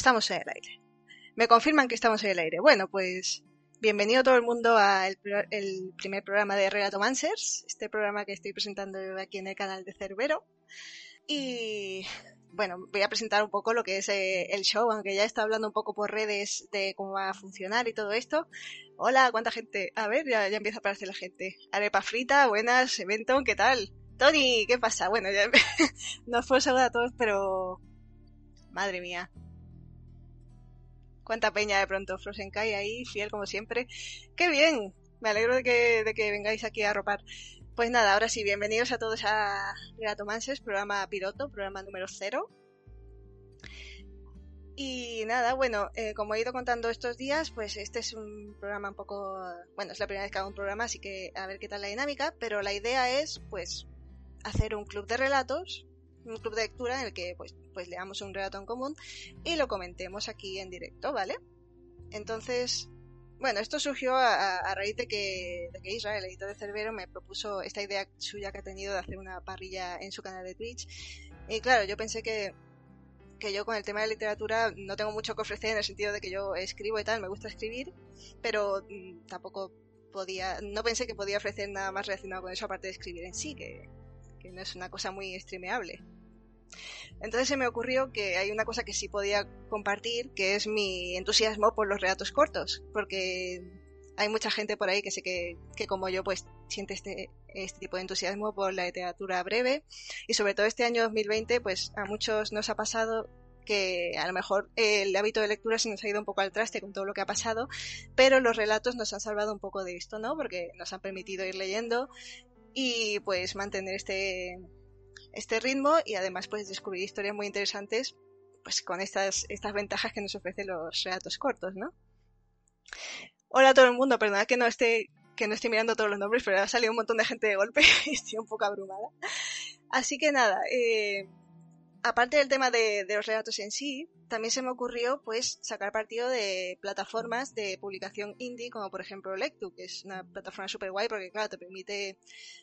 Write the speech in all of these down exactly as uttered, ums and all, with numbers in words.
estamos en el aire. Me confirman que estamos en el aire. Bueno, pues bienvenido todo el mundo al el primer programa de Relatomancers, este programa que estoy presentando aquí en el canal de Cerbero. Y bueno, voy a presentar un poco lo que es eh, el show, aunque ya está hablando un poco por redes de cómo va a funcionar y todo esto. Hola, ¿cuánta gente? A ver, ya, ya empieza a aparecer la gente. Arepa frita, buenas, Eventon, ¿qué tal? Tony, ¿qué pasa? Bueno, ya no os puedo saludar a todos, pero madre mía. Cuánta peña de pronto. Frozen Kai ahí, fiel como siempre. ¡Qué bien! Me alegro de que, de que vengáis aquí a ropar. Pues nada, ahora sí, bienvenidos a todos a Relatomancers, programa piloto, programa número cero. Y nada, bueno, eh, como he ido contando estos días, pues este es un programa un poco... Bueno, es la primera vez que hago un programa, así que a ver qué tal la dinámica, pero la idea es, pues, hacer un club de relatos, un club de lectura en el que, pues, pues leamos un relato en común y lo comentemos aquí en directo, ¿vale? Entonces... Bueno, esto surgió a, a raíz de que, de que Israel, el editor de Cerbero, me propuso esta idea suya que ha tenido de hacer una parrilla en su canal de Twitch. Y claro, yo pensé que, que yo con el tema de literatura no tengo mucho que ofrecer en el sentido de que yo escribo y tal, me gusta escribir, pero mmm, tampoco podía, no pensé que podía ofrecer nada más relacionado con eso aparte de escribir en sí, que, que no es una cosa muy streameable. Entonces se me ocurrió que hay una cosa que sí podía compartir, que es mi entusiasmo por los relatos cortos, porque hay mucha gente por ahí que sé que, que como yo pues siente este, este tipo de entusiasmo por la literatura breve, y sobre todo este año dos mil veinte pues a muchos nos ha pasado que a lo mejor el hábito de lectura se nos ha ido un poco al traste con todo lo que ha pasado, pero los relatos nos han salvado un poco de esto, ¿no? Porque nos han permitido ir leyendo y pues mantener este... este ritmo y además pues descubrir historias muy interesantes pues con estas, estas ventajas que nos ofrecen los relatos cortos, ¿no? Hola a todo el mundo, perdonad que no esté que no estoy mirando todos los nombres, pero ha salido un montón de gente de golpe y estoy un poco abrumada. Así que nada, eh, aparte del tema de, de los relatos en sí, también se me ocurrió pues sacar partido de plataformas de publicación indie como por ejemplo Lectu, que es una plataforma súper guay porque claro, te permite...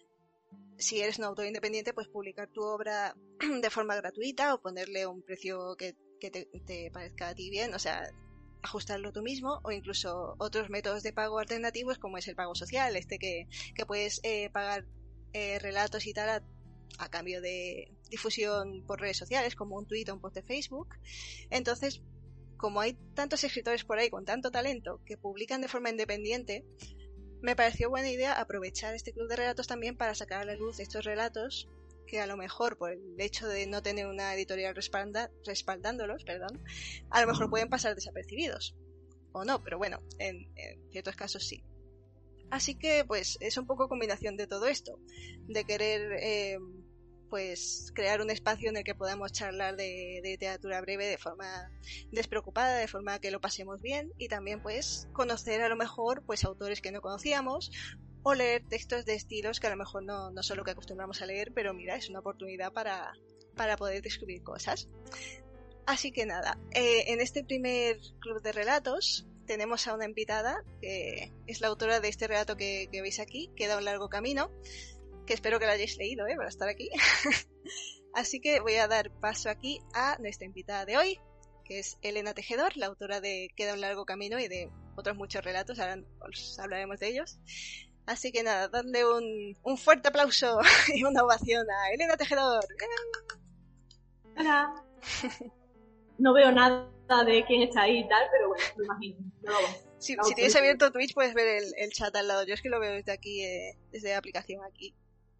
Si eres un autor independiente, pues publicar tu obra de forma gratuita o ponerle un precio que, que te, te parezca a ti bien, o sea, ajustarlo tú mismo, o incluso otros métodos de pago alternativos como es el pago social, este que, que puedes eh, pagar eh, relatos y tal a, a cambio de difusión por redes sociales, como un tweet o un post de Facebook. Entonces, como hay tantos escritores por ahí con tanto talento que publican de forma independiente, me pareció buena idea aprovechar este club de relatos también para sacar a la luz estos relatos que a lo mejor por el hecho de no tener una editorial respalda, respaldándolos, perdón, a lo mejor pueden pasar desapercibidos. O no, pero bueno, en, en ciertos casos sí. Así que pues es un poco combinación de todo esto, de querer eh, pues crear un espacio en el que podamos charlar de, de literatura breve de forma despreocupada, de forma que lo pasemos bien y también pues conocer a lo mejor pues autores que no conocíamos o leer textos de estilos que a lo mejor no, no son lo que acostumbramos a leer, pero mira, es una oportunidad para, para poder descubrir cosas. Así que nada, eh, en este primer club de relatos tenemos a una invitada que es la autora de este relato que, que veis aquí, Queda un largo camino, que espero que lo hayáis leído, ¿eh? Para estar aquí. Así que voy a dar paso aquí a nuestra invitada de hoy, que es Elena Tejedor, la autora de Queda un largo camino y de otros muchos relatos, ahora os hablaremos de ellos. Así que nada, dadle un, un fuerte aplauso y una ovación a Elena Tejedor. Hola. No veo nada de quién está ahí y tal, pero bueno, me imagino. No lo veo. Si, si tienes abierto Twitch puedes ver el, el chat al lado. Yo es que lo veo desde aquí, eh, desde la aplicación aquí.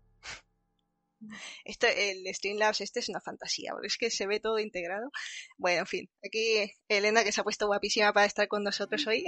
Esto, el Streamlabs este es una fantasía, porque es que se ve todo integrado. Bueno, en fin, aquí Elena que se ha puesto guapísima para estar con nosotros hoy.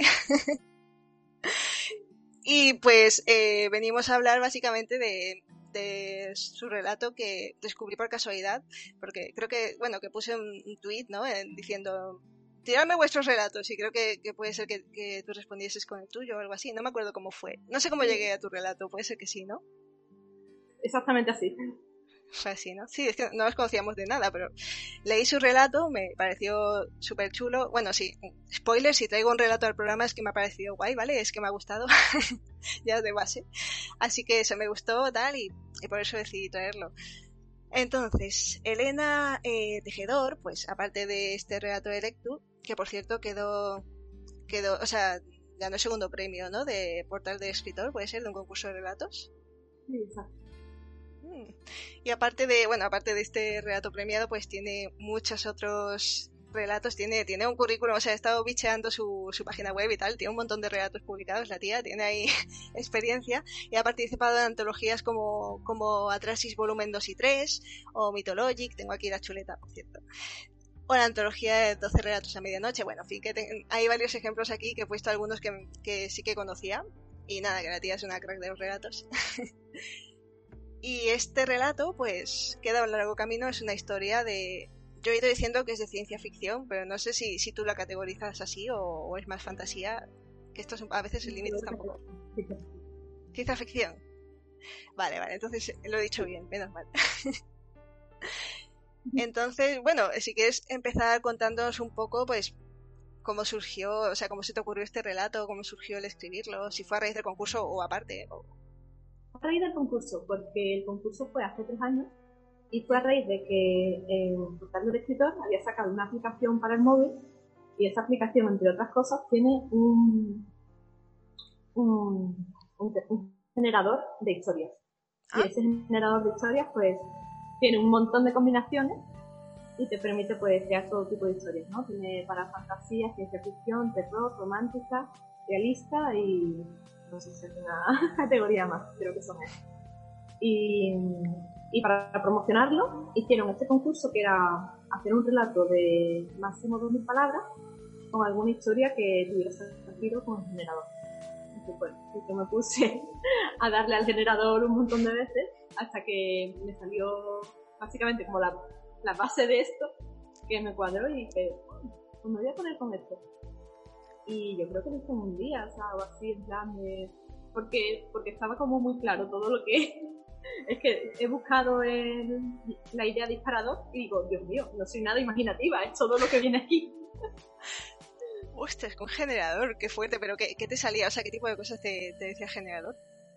Y pues eh, venimos a hablar básicamente de, de su relato que descubrí por casualidad, porque creo que, bueno, que puse un, un tweet, ¿no? En, diciendo, tiradme vuestros relatos, y creo que, que puede ser que, que tú respondieses con el tuyo o algo así, no me acuerdo cómo fue. No sé cómo llegué a tu relato, puede ser que sí, ¿no? Exactamente así. Fue así, ¿no? Sí, es que no nos conocíamos de nada, pero leí su relato, me pareció súper chulo. Bueno, sí, spoiler, si traigo un relato al programa es que me ha parecido guay, ¿vale? Es que me ha gustado, ya de base. Así que eso me gustó, tal, y, y por eso decidí traerlo. Entonces, Elena eh, Tejedor, pues aparte de este relato de Lectu, que por cierto quedó, quedó, o sea, ganó el segundo premio, ¿no? De portal de escritor, puede ser, de un concurso de relatos. Sí, exacto. Mm. Y aparte de, bueno, aparte de este relato premiado, pues tiene muchos otros relatos, tiene, tiene un currículum, o sea, he estado bicheando su, su página web y tal, tiene un montón de relatos publicados, la tía tiene ahí experiencia, y ha participado en antologías como, como Atrasis volumen dos y tres, o Mythologic, tengo aquí la chuleta, por cierto, o la antología de doce relatos a medianoche. Bueno, en fin, que te, hay varios ejemplos aquí, que he puesto algunos que, que sí que conocía, y nada, que la tía es una crack de los relatos. Y este relato, pues, queda un largo camino, es una historia de... Yo he ido diciendo que es de ciencia ficción, pero no sé si, si tú la categorizas así o, o es más fantasía, que esto es, a veces el límite está un poco... Ciencia ficción. Vale, vale, entonces lo he dicho bien, menos mal. Entonces, bueno, si quieres empezar contándonos un poco, pues, cómo surgió, o sea, cómo se te ocurrió este relato, cómo surgió el escribirlo, si fue a raíz del concurso o aparte. O... A raíz del concurso, porque el concurso fue hace tres años y fue a raíz de que el portal del escritor había sacado una aplicación para el móvil y esa aplicación, entre otras cosas, tiene un, un, un, un generador de historias. ¿Ah? Y ese generador de historias, pues, tiene un montón de combinaciones y te permite, pues, crear todo tipo de historias, ¿no? Tiene para fantasía, ciencia ficción, terror, romántica, realista y... no sé si es una categoría más, creo que son esas. Y, y para promocionarlo, hicieron este concurso que era hacer un relato de máximo dos mil palabras con alguna historia que tuviera sentido con el generador. Entonces, bueno, yo me puse a darle al generador un montón de veces hasta que me salió básicamente como la, la base de esto, que me cuadró y dije, pues me voy a poner con esto. Y yo creo que lo hice en un día, o sea, algo así, en plan de... Porque, porque estaba como muy claro todo lo que... Es que he buscado el, la idea disparador y digo, Dios mío, no soy nada imaginativa, es todo lo que viene aquí. Ostras, con generador, qué fuerte, pero ¿qué, qué te salía? O sea, ¿qué tipo de cosas te, te decía el generador?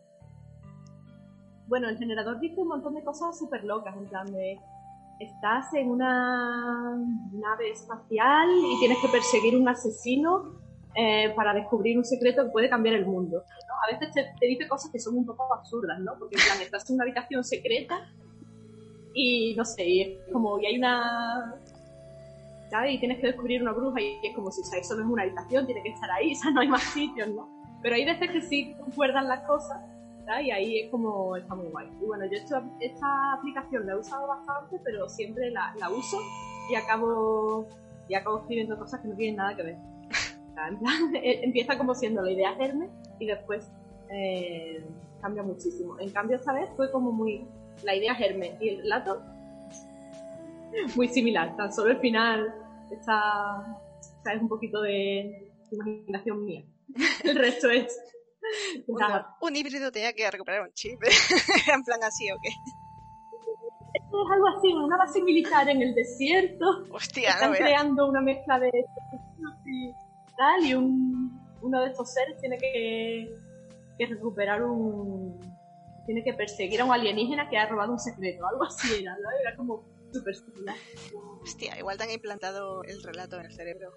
Bueno, el generador dice un montón de cosas súper locas, en plan de... Estás en una nave espacial y tienes que perseguir un asesino eh, para descubrir un secreto que puede cambiar el mundo, ¿no? A veces te, te dice cosas que son un poco absurdas, ¿no? Porque en plan, estás en una habitación secreta y no sé, y es como, y hay una... ¿sabes? Y tienes que descubrir una bruja y es como si, ¿sabes? Solo es una habitación, tiene que estar ahí, o sea, no hay más sitios, ¿no? Pero hay veces que sí concuerdan las cosas, ¿sabes? Y ahí es como, está muy guay. Y bueno, yo esta, esta aplicación la he usado bastante, pero siempre la, la uso y acabo, y acabo escribiendo cosas que no tienen nada que ver. O sea, en plan, empieza como siendo la idea germe y después eh, cambia muchísimo. En cambio, esta vez fue como muy la idea germe y el relato muy similar. Tan solo el final está, ¿sabes? Un poquito de imaginación mía. El resto es... Un, un híbrido tenía que recuperar un chip. En plan así, ¿o qué? Esto es algo así, una base militar en el desierto. Hostia, están no creando una mezcla de y tal, y un, uno de estos seres tiene que, que recuperar un... tiene que perseguir a un alienígena que ha robado un secreto, algo así era, ¿no? Era como súper similar. Hostia, igual te han implantado el relato en el cerebro.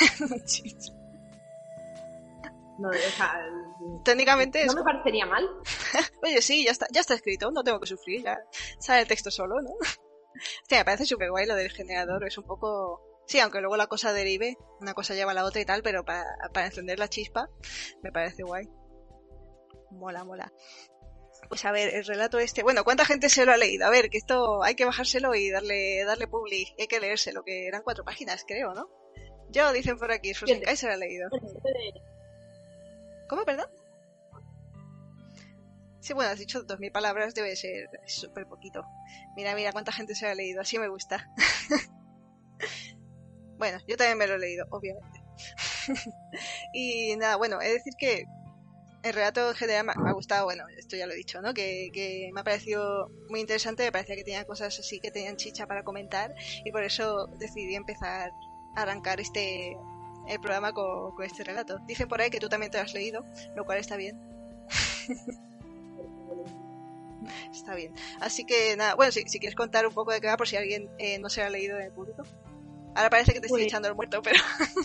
No, o sea, técnicamente no es... me parecería mal. Oye, sí, ya está, ya está escrito, no tengo que sufrir, ya sale el texto solo, ¿no? Hostia, me parece súper guay lo del generador, es un poco... Sí, aunque luego la cosa derive, una cosa lleva a la otra y tal, pero para, para encender la chispa me parece guay. Mola, mola. Pues a ver, el relato este... Bueno, ¿cuánta gente se lo ha leído? A ver, que esto hay que bajárselo y darle darle public, hay que leérselo, que eran cuatro páginas, creo, ¿no? Yo, dicen por aquí, Susenkai se lo ha leído. ¿Cómo, perdón? Sí, bueno, has dicho dos mil palabras, debe ser súper poquito. Mira, mira cuánta gente se lo ha leído, así me gusta. Bueno, yo también me lo he leído, obviamente. Y nada, bueno, he de decir que el relato en general me ha gustado, bueno, esto ya lo he dicho, ¿no? Que, que me ha parecido muy interesante, me parecía que tenía cosas así que tenían chicha para comentar y por eso decidí empezar a arrancar este el programa con, con este relato. Dicen por ahí que tú también te lo has leído, lo cual está bien. Está bien. Así que nada, bueno, si, si quieres contar un poco de qué va por si alguien eh, no se lo ha leído en el público. Ahora parece que te estoy Pues, echando el muerto, pero...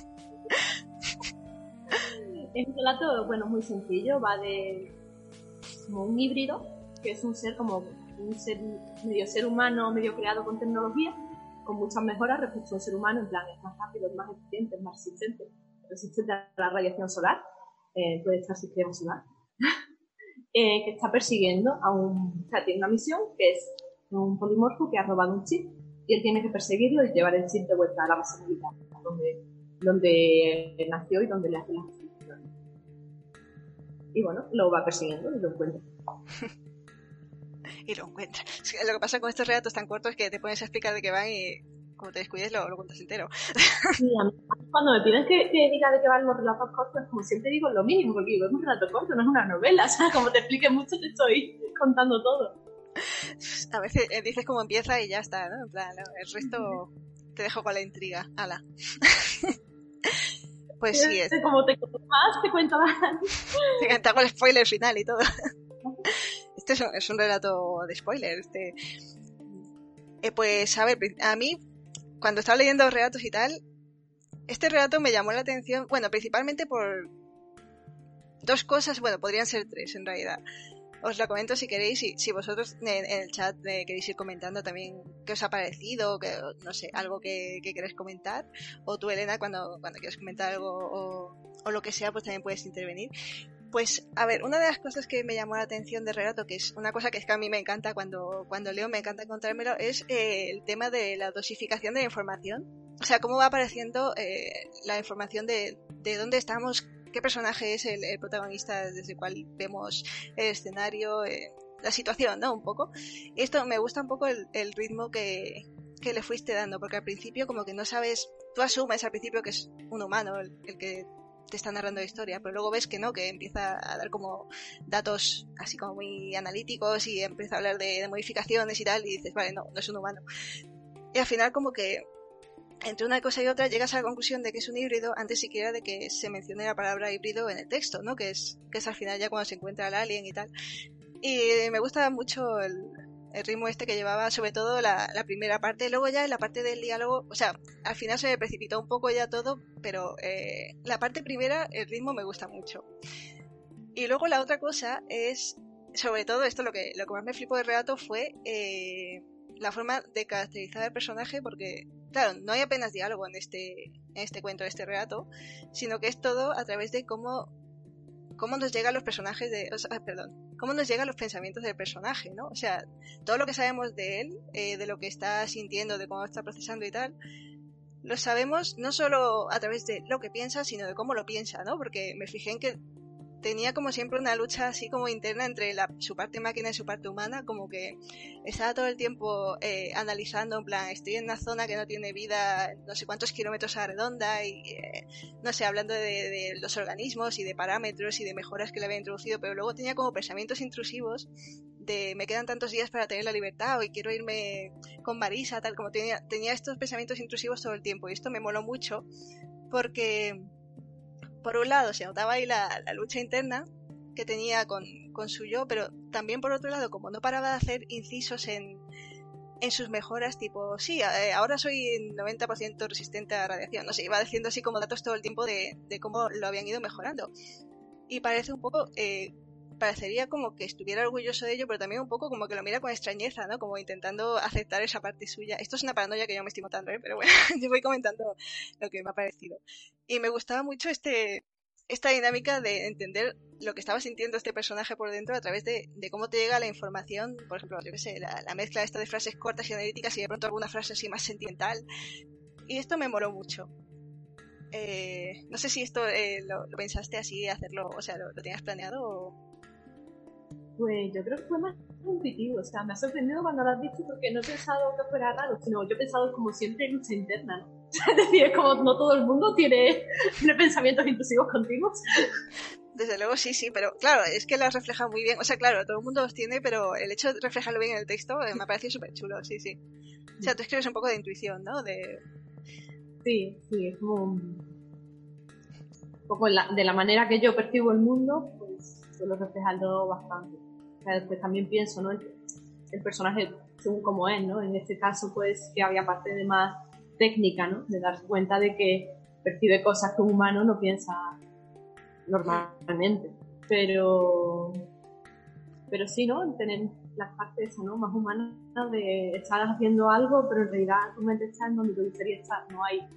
es un relato, bueno, muy sencillo, va de como un híbrido, que es un ser como un ser medio ser humano, medio creado con tecnología, con muchas mejoras respecto a un ser humano, en plan, es más rápido, es más eficiente, es más resistente, resistente a la radiación solar, eh, puede estar sistema solar, eh, que está persiguiendo a un, o sea, tiene una misión que es un polimorfo que ha robado un chip y él tiene que perseguirlo y llevar el chip de vuelta a la base militar, donde, donde nació y donde le hace las funciones. Y bueno, lo va persiguiendo y lo encuentra. Y lo encuentra. Lo que pasa con estos relatos tan cortos es que te pones a explicar de qué van y como te descuides lo, lo cuentas entero. Sí, a mí, cuando me piden que, que diga de qué van los relatos cortos, como siempre digo lo mínimo, porque digo, es un relato corto, no es una novela, o sea, como te expliques mucho te estoy contando todo. A veces eh, dices cómo empieza y ya está, ¿no? En plan, ¿no? El resto te dejo con la intriga. ¡Hala! Pues sí es. Como te cuento más, te cuento más. Te hago el spoiler final y todo. Este es un, es un relato de spoiler. Este. Eh, pues a ver, a mí, cuando estaba leyendo relatos y tal, este relato me llamó la atención, bueno, principalmente por dos cosas, bueno, podrían ser tres en realidad. Os lo comento si queréis, y si vosotros en, en el chat eh, queréis ir comentando también qué os ha parecido, que, no sé, algo que, que queréis comentar, o tú, Elena, cuando, cuando quieras comentar algo o, o lo que sea, pues también puedes intervenir. Pues, a ver, una de las cosas que me llamó la atención del relato, que es una cosa que es que a mí me encanta cuando, cuando leo, me encanta encontrármelo, es eh, el tema de la dosificación de la información. O sea, cómo va apareciendo eh, la información de, de dónde estamos, qué personaje es el, el protagonista desde el cual vemos el escenario, eh, la situación, ¿no? Un poco. Y esto me gusta un poco el, el ritmo que, que le fuiste dando, porque al principio como que no sabes, tú asumes al principio que es un humano el, el que te está narrando la historia, pero luego ves que no, que empieza a dar como datos así como muy analíticos y empieza a hablar de, de modificaciones y tal, y dices, vale, no, no es un humano. Y al final como que entre una cosa y otra llegas a la conclusión de que es un híbrido antes siquiera de que se mencione la palabra híbrido en el texto, ¿no? Que es, que es al final ya cuando se encuentra el alien y tal. Y me gusta mucho el, el ritmo este que llevaba, sobre todo la, la primera parte. Luego ya en la parte del diálogo, o sea, al final se me precipitó un poco ya todo, pero eh, la parte primera, el ritmo me gusta mucho. Y luego la otra cosa es, sobre todo esto, lo que, lo que más me flipó del relato fue eh, la forma de caracterizar al personaje, porque claro, no hay apenas diálogo en este, en este cuento, en este relato, sino que es todo a través de cómo, cómo nos llegan los personajes de, o sea, perdón, cómo nos llegan los pensamientos del personaje, ¿no? O sea, todo lo que sabemos de él, eh, de lo que está sintiendo, de cómo está procesando y tal, lo sabemos no solo a través de lo que piensa, sino de cómo lo piensa, ¿no? Porque me fijé en que tenía como siempre una lucha así como interna entre la, su parte máquina y su parte humana, como que estaba todo el tiempo eh, analizando, en plan, estoy en una zona que no tiene vida, no sé cuántos kilómetros a la redonda y eh, no sé, hablando de, de los organismos y de parámetros y de mejoras que le había introducido, pero luego tenía como pensamientos intrusivos de me quedan tantos días para tener la libertad o quiero irme con Marisa, tal, como tenía, tenía estos pensamientos intrusivos todo el tiempo y esto me moló mucho porque por un lado se notaba ahí la, la lucha interna que tenía con, con su yo, pero también por otro lado, como no paraba de hacer incisos en, en sus mejoras, tipo, sí, eh, ahora soy noventa por ciento resistente a radiación, no sé, iba diciendo así como datos todo el tiempo de, de cómo lo habían ido mejorando. Y parece un poco, eh, parecería como que estuviera orgulloso de ello, pero también un poco como que lo mira con extrañeza, ¿no? Como intentando aceptar esa parte suya. Esto es una paranoia que yo me estoy notando, ¿eh? Pero bueno, yo voy comentando lo que me ha parecido. Y me gustaba mucho este esta dinámica de entender lo que estaba sintiendo este personaje por dentro a través de, de cómo te llega la información, por ejemplo, yo qué sé, la, la mezcla esta de frases cortas y analíticas y de pronto alguna frase así más sentimental. Y esto me moló mucho. Eh, no sé si esto eh, lo, lo pensaste así, hacerlo, o sea, ¿lo, lo tenías planeado o...? Pues yo creo que fue más intuitivo, o sea, me ha sorprendido cuando lo has dicho porque no he pensado que fuera raro, sino yo he pensado como siempre lucha interna, ¿no? Es decir, es como no todo el mundo tiene, tiene pensamientos intrusivos continuos. Desde luego sí, sí, pero claro, es que los refleja muy bien, o sea, claro, todo el mundo los tiene, pero el hecho de reflejarlo bien en el texto eh, me ha parecido súper chulo, sí, sí. O sea, tú escribes un poco de intuición, ¿no? De... Sí, sí, es como un poco la, de la manera que yo percibo el mundo, pues suelo reflejarlo bastante. O sea, después también pienso, ¿no? El, el personaje según como es, ¿no? En este caso, pues, que había parte de más técnica, ¿no? De darse cuenta de que percibe cosas que un humano no piensa normalmente. Pero, pero sí, ¿no? Tener las partes esa, ¿no? Más humanas de estar haciendo algo, pero en realidad tu mente está en donde te gustaría estar, no hay.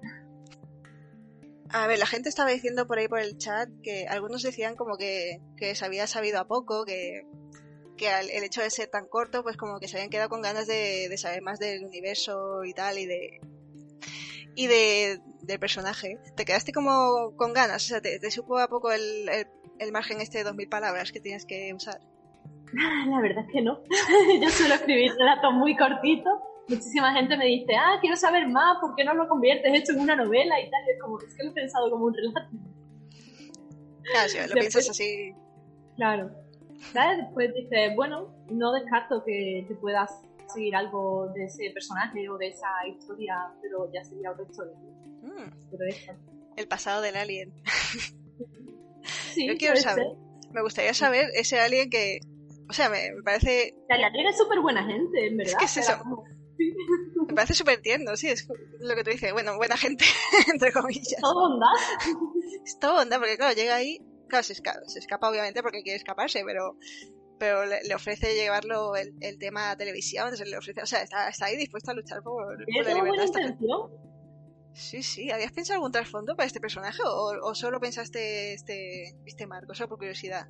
A ver, la gente estaba diciendo por ahí por el chat que algunos decían como que, que se había sabido a poco, que, que al, el hecho de ser tan corto, pues como que se habían quedado con ganas de, de saber más del universo y tal, y de y de del personaje. Te quedaste como con ganas, o sea, te, te supo a poco el, el, el margen este de dos mil palabras que tienes que usar. La verdad es que no. Yo suelo escribir relatos muy cortitos. Muchísima gente me dice, ah, quiero saber más, ¿por qué no lo conviertes esto en una novela y tal? Y es como, es que lo he pensado como un relato. Claro, si lo Después, piensas así. Claro. ¿Sabes? Después dices, bueno, no descarto que te puedas seguir algo de ese personaje o de esa historia, pero ya sería otra historia. Mm. Pero esta. El pasado del alien. Sí, yo quiero saber. Ser. Me gustaría saber ese alien que... O sea, me, me parece... El alien es súper buena gente, en verdad. Es que es eso. Como... Me parece súper tierno, sí, es lo que tú dices. Bueno, buena gente, entre comillas. Todo onda. Es todo onda, porque claro, llega ahí... Claro, se escapa, se escapa obviamente porque quiere escaparse, pero... Pero le, le ofrece llevarlo el, el tema a televisión, entonces le ofrece... O sea, está, está ahí dispuesto a luchar por, por la libertad. ¿Tiene buena intención? Sí, sí. ¿Habías pensado algún trasfondo para este personaje o, o solo pensaste este, este marco, solo por curiosidad?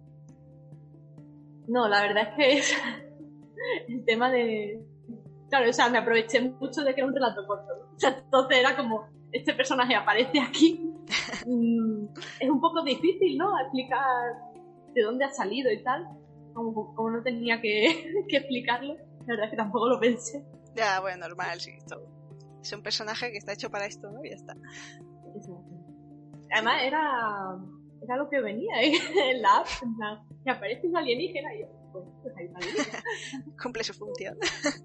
No, la verdad es que es el tema de... Claro, o sea, me aproveché mucho de que era un relato corto, ¿no? O sea, entonces era como, este personaje aparece aquí. mm, es un poco difícil, ¿no? Explicar de dónde ha salido y tal. Como, como no tenía que, que explicarlo. La verdad es que tampoco lo pensé. Ya, bueno, normal, sí. Todo. Es un personaje que está hecho para esto, ¿no? Y ya está. Además, era... Era lo que venía ¿eh? en la app, en plan, que aparece un alienígena y yo, pues, pues hay un alienígena. Cumple su función.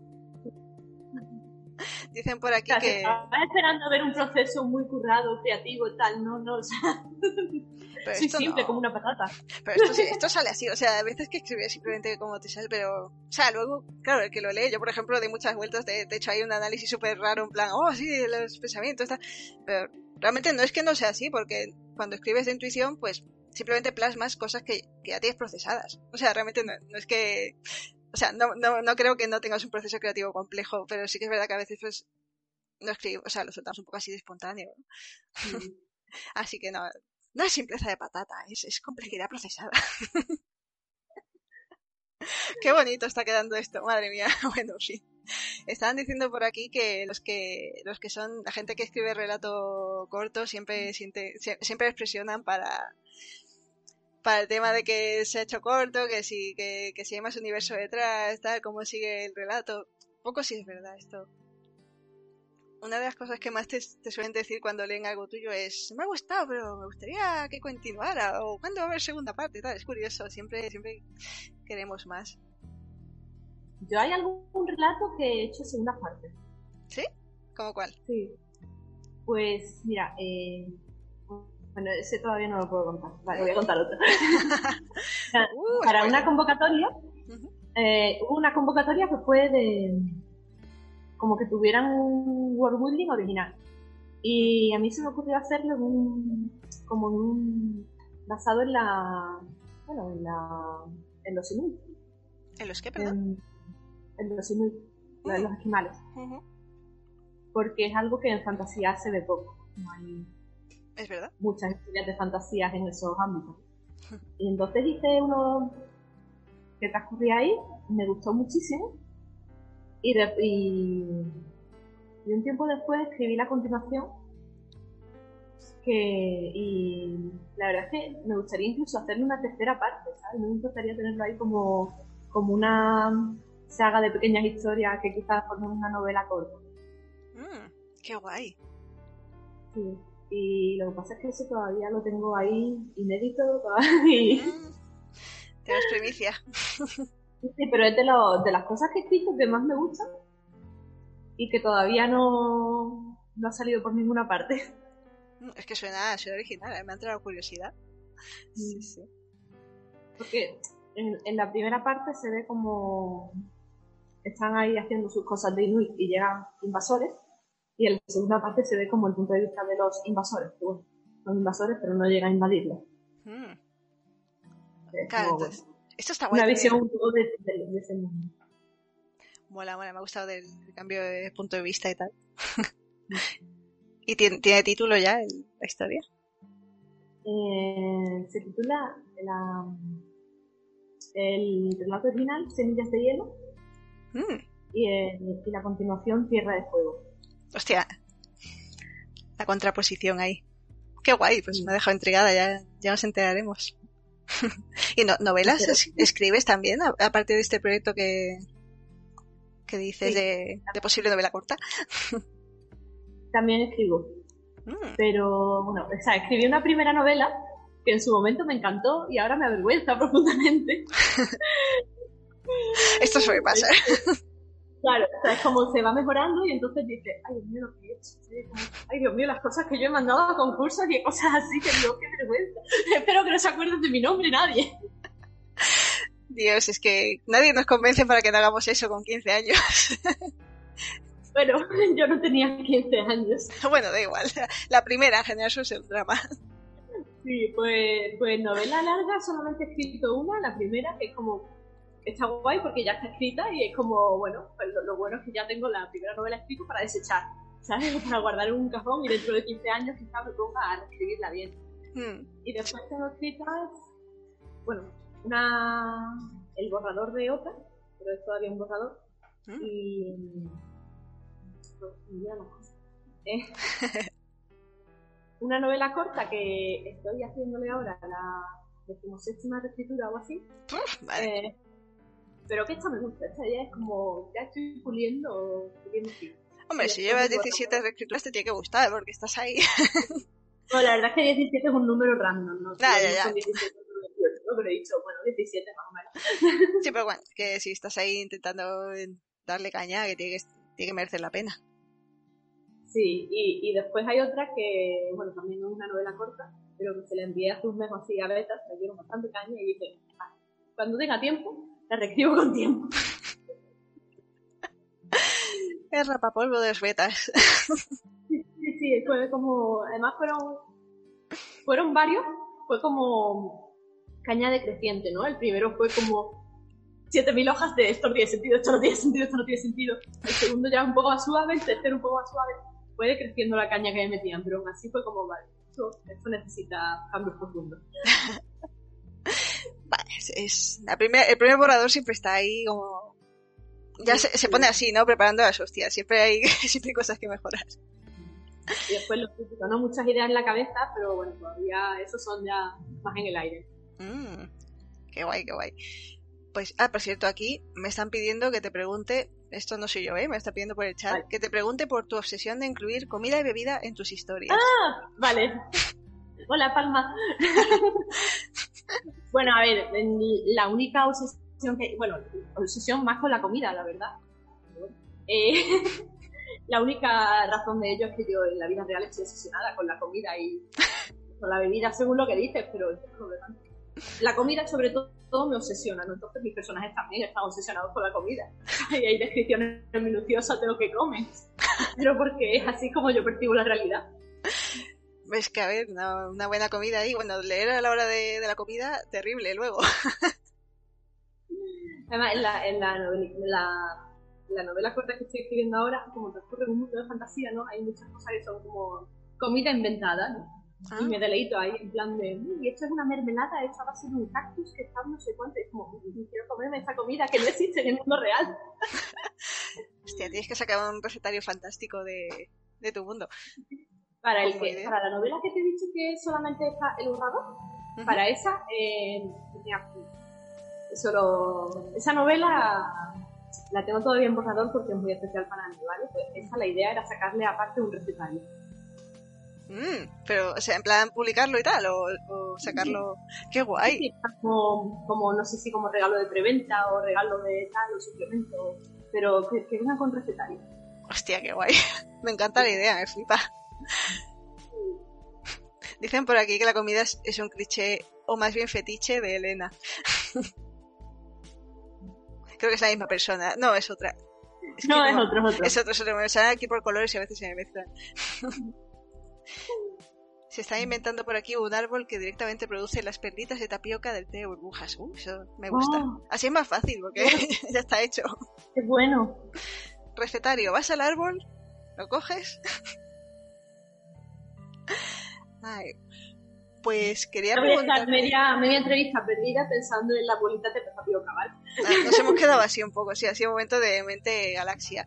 Dicen por aquí claro, que... Estaba esperando ver un proceso muy currado, creativo y tal, no, no, o sea... Pero soy esto simple no. como una patata. Pero esto, esto sale así, o sea, a veces que escribes simplemente como te sale, pero... O sea, luego, claro, el que lo lee, yo por ejemplo, de muchas vueltas, de, de hecho hay un análisis súper raro, en plan, oh, sí, los pensamientos, tal. Pero realmente no es que no sea así, porque cuando escribes de intuición, pues simplemente plasmas cosas que, que ya tienes procesadas. O sea, realmente no, no es que... O sea, no, no, no creo que no tengas un proceso creativo complejo, pero sí que es verdad que a veces, pues, no escribo, o sea, lo soltamos un poco así de espontáneo. Mm. Así que no, no es simpleza de patata, es, es complejidad procesada. Qué bonito está quedando esto, madre mía. Bueno, sí. Estaban diciendo por aquí que los que los que son la gente que escribe relato corto siempre siente, siempre expresionan para para el tema de que se ha hecho corto, que si que, que si hay más universo detrás, tal, cómo sigue el relato. Poco sí es verdad esto. Una de las cosas que más te, te suelen decir cuando leen algo tuyo es me ha gustado, pero me gustaría que continuara, o ¿cuándo va a haber segunda parte? Tal, es curioso, siempre, siempre queremos más. Yo hay algún relato que he hecho segunda parte. ¿Sí? ¿Cómo cuál? Sí. Pues mira, eh, bueno, ese todavía no lo puedo contar. Vale, voy a contar otro. uh, Para una convocatoria, uh-huh. eh, hubo una convocatoria que fue de... como que tuvieran un world building original. Y a mí se me ocurrió hacerlo en un, como en un, basado en la, bueno, en la, en los inuit. ¿En los qué, perdón? En, en los inuit, uh-huh. en los esquimales. Uh-huh. Porque es algo que en fantasía se ve poco. No hay ¿Es verdad? muchas historias de fantasías en esos ámbitos. Uh-huh. Y entonces hice uno que transcurría ahí, me gustó muchísimo. Y, de, y, y un tiempo después escribí la continuación que, y la verdad es que me gustaría incluso hacerle una tercera parte, ¿sabes? No me gustaría tenerlo ahí como, como una saga de pequeñas historias que quizás formen una novela corta. Mm, ¡Qué guay! Sí, y lo que pasa es que eso todavía lo tengo ahí inédito todavía. Mm, tienes primicia. Sí, pero es de, lo, de las cosas que he escrito que más me gustan y que todavía no, no ha salido por ninguna parte. Es que suena, suena original, me ha entrado curiosidad. Sí, sí. sí. Porque en, en la primera parte se ve como están ahí haciendo sus cosas de Inuit y llegan invasores Y en la segunda parte se ve como el punto de vista de los invasores, que bueno, son invasores pero no llegan a invadirlos. Mm. Es Claro, como, entonces, bueno, esto está guay una también. visión un poco de, de, de ese mundo. Mola, mola, me ha gustado del cambio de punto de vista y tal. ¿Y tiene, tiene título ya el, la historia? Eh, se titula la, el relato original Semillas de Hielo Mm. y, el, y la continuación Tierra de Fuego. Hostia, la contraposición ahí. Qué guay, pues Sí. me ha dejado intrigada, ya, ya nos enteraremos. ¿Y no, novelas Pero, es, escribes también, a, aparte de este proyecto que, que dices sí, de, de posible novela corta? también escribo. Mm. Pero, bueno, o sea, escribí una primera novela que en su momento me encantó y ahora me avergüenza profundamente. Esto suele pasar. Claro, o sea, es como se va mejorando y entonces dices, ay Dios mío, lo que he hecho. Ay Dios mío, las cosas que yo he mandado a concursos y cosas así, que digo, qué vergüenza. Espero que no se acuerden de mi nombre nadie. Dios, es que nadie nos convence para que no hagamos eso con quince años. Bueno, yo no tenía quince años. Bueno, da igual. La primera en general es el drama. Sí, pues, pues novela larga solamente he escrito una, la primera, que es como, está guay porque ya está escrita y es como, bueno, pues lo, lo bueno es que ya tengo la primera novela escrita para desechar, ¿sabes? Para guardar en un cajón y dentro de quince años quizás me ponga a escribirla bien. Hmm. Y después tengo escritas, bueno, una, el borrador de otra, pero es todavía un borrador, Hmm. y... pues, ya las cosas. Eh, una novela corta que estoy haciéndole ahora la decimoséptima reescritura o así. Uf, vale. Eh, pero que esta me gusta, esta ya es como, ya estoy puliendo, puliendo sí. Hombre, si llevas diecisiete reescrituras te tiene que gustar porque estás ahí. No, la verdad es que diecisiete es un número random, ¿no? Nah, ya, ya. Son diecisiete, ¿no? Pero he dicho, bueno, diecisiete más o menos. Sí, pero bueno, que si estás ahí intentando darle caña, que tiene que, tiene que merecer la pena. Sí, y, y después hay otra que, bueno, también es una novela corta, pero que se la envié hace un mes así a Beta, me dieron bastante caña y dije, ah, cuando tenga tiempo, la reescribo con tiempo. Es rapapolvo de los betas. Sí, sí, sí, fue como, además fueron, fueron varios, fue como caña decreciente, ¿no? El primero fue como siete mil hojas de esto no tiene sentido, esto no tiene sentido, esto no tiene sentido. El segundo ya un poco más suave, el tercero un poco más suave. Fue decreciendo la caña que me metían, pero aún así fue como, vale, esto, esto necesita cambios profundos. Vale, es, es la primer, el primer borrador siempre está ahí como... Ya Sí, se, se sí. pone así, ¿no? Preparando las hostias. Siempre hay, siempre hay cosas que mejorar. Y después lo típico, ¿no? Muchas ideas en la cabeza, pero bueno, todavía esos son ya más en el aire. Mm, qué guay, qué guay. Pues, ah, por cierto, aquí me están pidiendo que te pregunte, esto no soy yo, ¿eh? Me está pidiendo por el chat, Vale. que te pregunte por tu obsesión de incluir comida y bebida en tus historias. Ah, vale. Hola, Palma. Bueno, a ver, la única obsesión que... Bueno, obsesión más con la comida, la verdad. Eh, la única razón de ello es que yo en la vida real estoy obsesionada con la comida y con la bebida, según lo que dices, pero esto es problemático. La comida, sobre todo, todo me obsesiona, ¿no? Entonces mis personajes también están obsesionados con la comida. Y hay descripciones minuciosas de lo que comen. Pero porque es así como yo percibo la realidad. Ves que, a ver, una, una buena comida ahí, bueno, leer a la hora de, de la comida, terrible luego. Además, en la, en la, novela, la, la novela corta que estoy escribiendo ahora, como transcurre en un mundo de fantasía, ¿no? Hay muchas cosas que son como comida inventada, ¿no? Ah. Y me deleito ahí en plan de, y esto es una mermelada hecha a base de un cactus que está no sé cuánto, y es como, quiero comerme esta comida que no existe en el mundo real. Hostia, tienes que sacar un recetario fantástico de, de tu mundo. Para, el que, para la novela que te he dicho que solamente está el borrador, uh-huh. Para esa, eh, solo, esa novela la tengo todavía en borrador porque es muy especial para mí, ¿vale? Pues esa, la idea era sacarle aparte un recetario. Mm, pero, o sea, en plan publicarlo y tal, o, o sacarlo... Sí. ¡Qué guay! Sí, como, como, no sé si como regalo de preventa o regalo de tal o suplemento, pero que, que venga con recetario. Hostia, qué guay. Me encanta la idea, me flipa. Dicen por aquí que la comida es, es un cliché, o más bien fetiche, de Elena. Creo que es la misma persona. No, es otra. Es no, que es como, otro, es otro. Es otro, se me sale aquí por colores y a veces se me mezclan. Se está inventando por aquí un árbol que directamente produce las perlitas de tapioca del té de burbujas. Uh, eso me gusta. Oh, Así es más fácil porque ya está hecho. qué bueno. Recetario, vas al árbol, lo coges. Ay, pues quería Yo voy a estar preguntar. media, media entrevista perdida pensando en las bolitas de tapioca, ¿vale? Ah, nos hemos quedado así un poco, sí, así un momento de mente galaxia.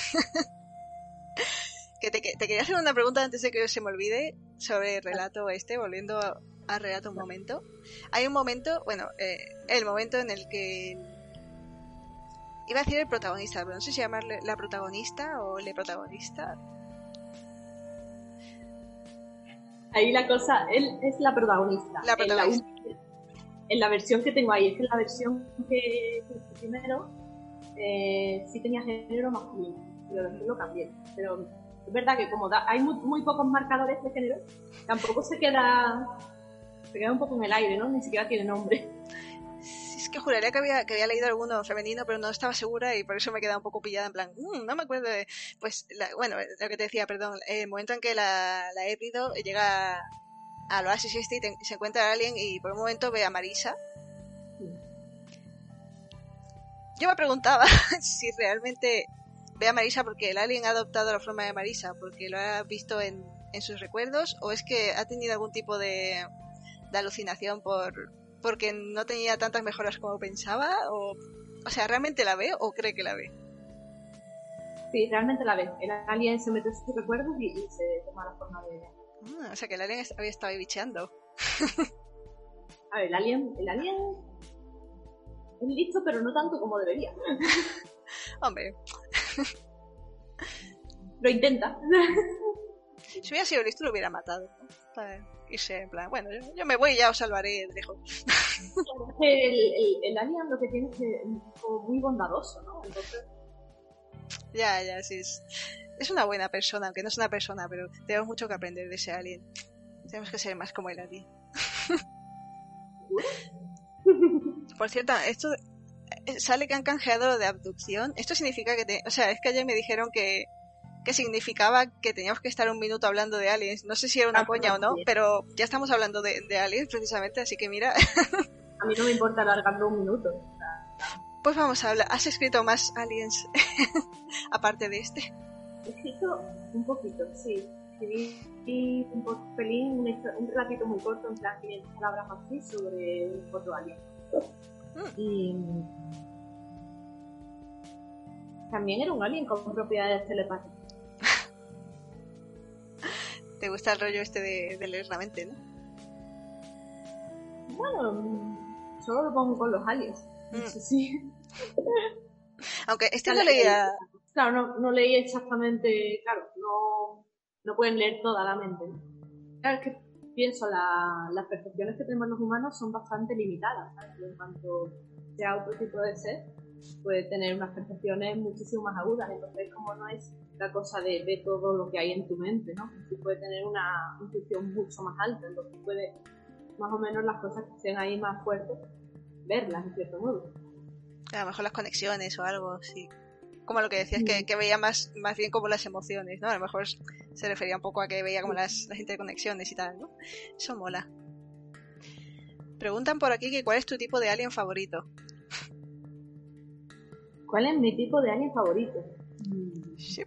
que te, te quería hacer una pregunta antes de que se me olvide sobre el relato este, volviendo a, a relato un momento. Hay un momento, bueno, eh, el momento en el que iba a decir el protagonista, pero no sé si llamarle la protagonista o le protagonista. Ahí la cosa, él es la protagonista. La protagonista. En la, en la versión que tengo ahí, es que en la versión que, que primero eh, sí tenía género masculino, pero después lo cambié. Pero es verdad que como da, hay muy, muy pocos marcadores de género, tampoco se queda, se queda un poco en el aire, ¿no? Ni siquiera tiene nombre. Es que juraría que había, que había leído alguno femenino, pero no estaba segura y por eso me quedaba un poco pillada en plan, mmm, no me acuerdo de... Pues, la, bueno, lo que te decía, perdón, el momento en que la, la Ébrido llega al oasis este y te, se encuentra a alguien y por un momento ve a Marisa. Yo me preguntaba si realmente ve a Marisa porque el alien ha adoptado la forma de Marisa, porque lo ha visto en, en sus recuerdos, o es que ha tenido algún tipo de, de alucinación por... porque no tenía tantas mejoras como pensaba, o, o sea, ¿realmente la ve o cree que la ve? Sí, realmente la ve. El alien se mete en sus recuerdos y, y se toma la forma de... Ah, o sea, que el alien había estado ahí bicheando. A ver, el alien, el alien es listo, pero no tanto como debería. Hombre. Lo intenta. Si hubiera sido listo, lo hubiera matado, ¿no? Para irse en plan, bueno, yo, yo me voy y ya os salvaré de lejos. El, el, el alien lo que tiene es que es como muy bondadoso, ¿no? Entonces... Ya, ya, sí. Es, es una buena persona, aunque no es una persona, pero tenemos mucho que aprender de ese alien. Tenemos que ser más como el alien. Por cierto, esto sale que han canjeado lo de abducción. Esto significa que... Te, o sea, es que ayer me dijeron que, que significaba que teníamos que estar un minuto hablando de aliens. No sé si era una ah, coña o no, bien. Pero ya estamos hablando de, de aliens precisamente, así que mira... A mí no me importa alargarlo un minuto. Pues vamos a hablar. ¿Has escrito más aliens aparte de este? He escrito un poquito, sí. Escribí un pelín, un, un ratito muy corto, en plan quinientas palabras así, sobre un foto alien. Mm. Y también era un alien con propiedades telepáticas. ¿Te gusta el rollo este de, de leer la mente, no? Bueno, solo lo pongo con los aliens. Mm. Eso sí. Aunque este no leía... Claro, no, no leí exactamente... Claro, no, no pueden leer toda la mente, ¿no? Claro, es que pienso, la, las percepciones que tenemos los humanos son bastante limitadas, ¿sabes? En cuanto sea otro tipo de ser, puede tener unas percepciones muchísimo más agudas. Entonces, como no es la cosa de ver todo lo que hay en tu mente, ¿no? Sí puede tener una intuición mucho más alta, entonces puede, más o menos, las cosas que estén ahí más fuertes, verlas, en cierto modo. A lo mejor las conexiones o algo, sí. Como lo que decías, sí. que, que veía más, más bien como las emociones, ¿no? A lo mejor se refería un poco a que veía como las, las interconexiones y tal, ¿no? Eso mola. Preguntan por aquí que cuál es tu tipo de alien favorito. ¿Cuál es mi tipo de alien favorito? Sí.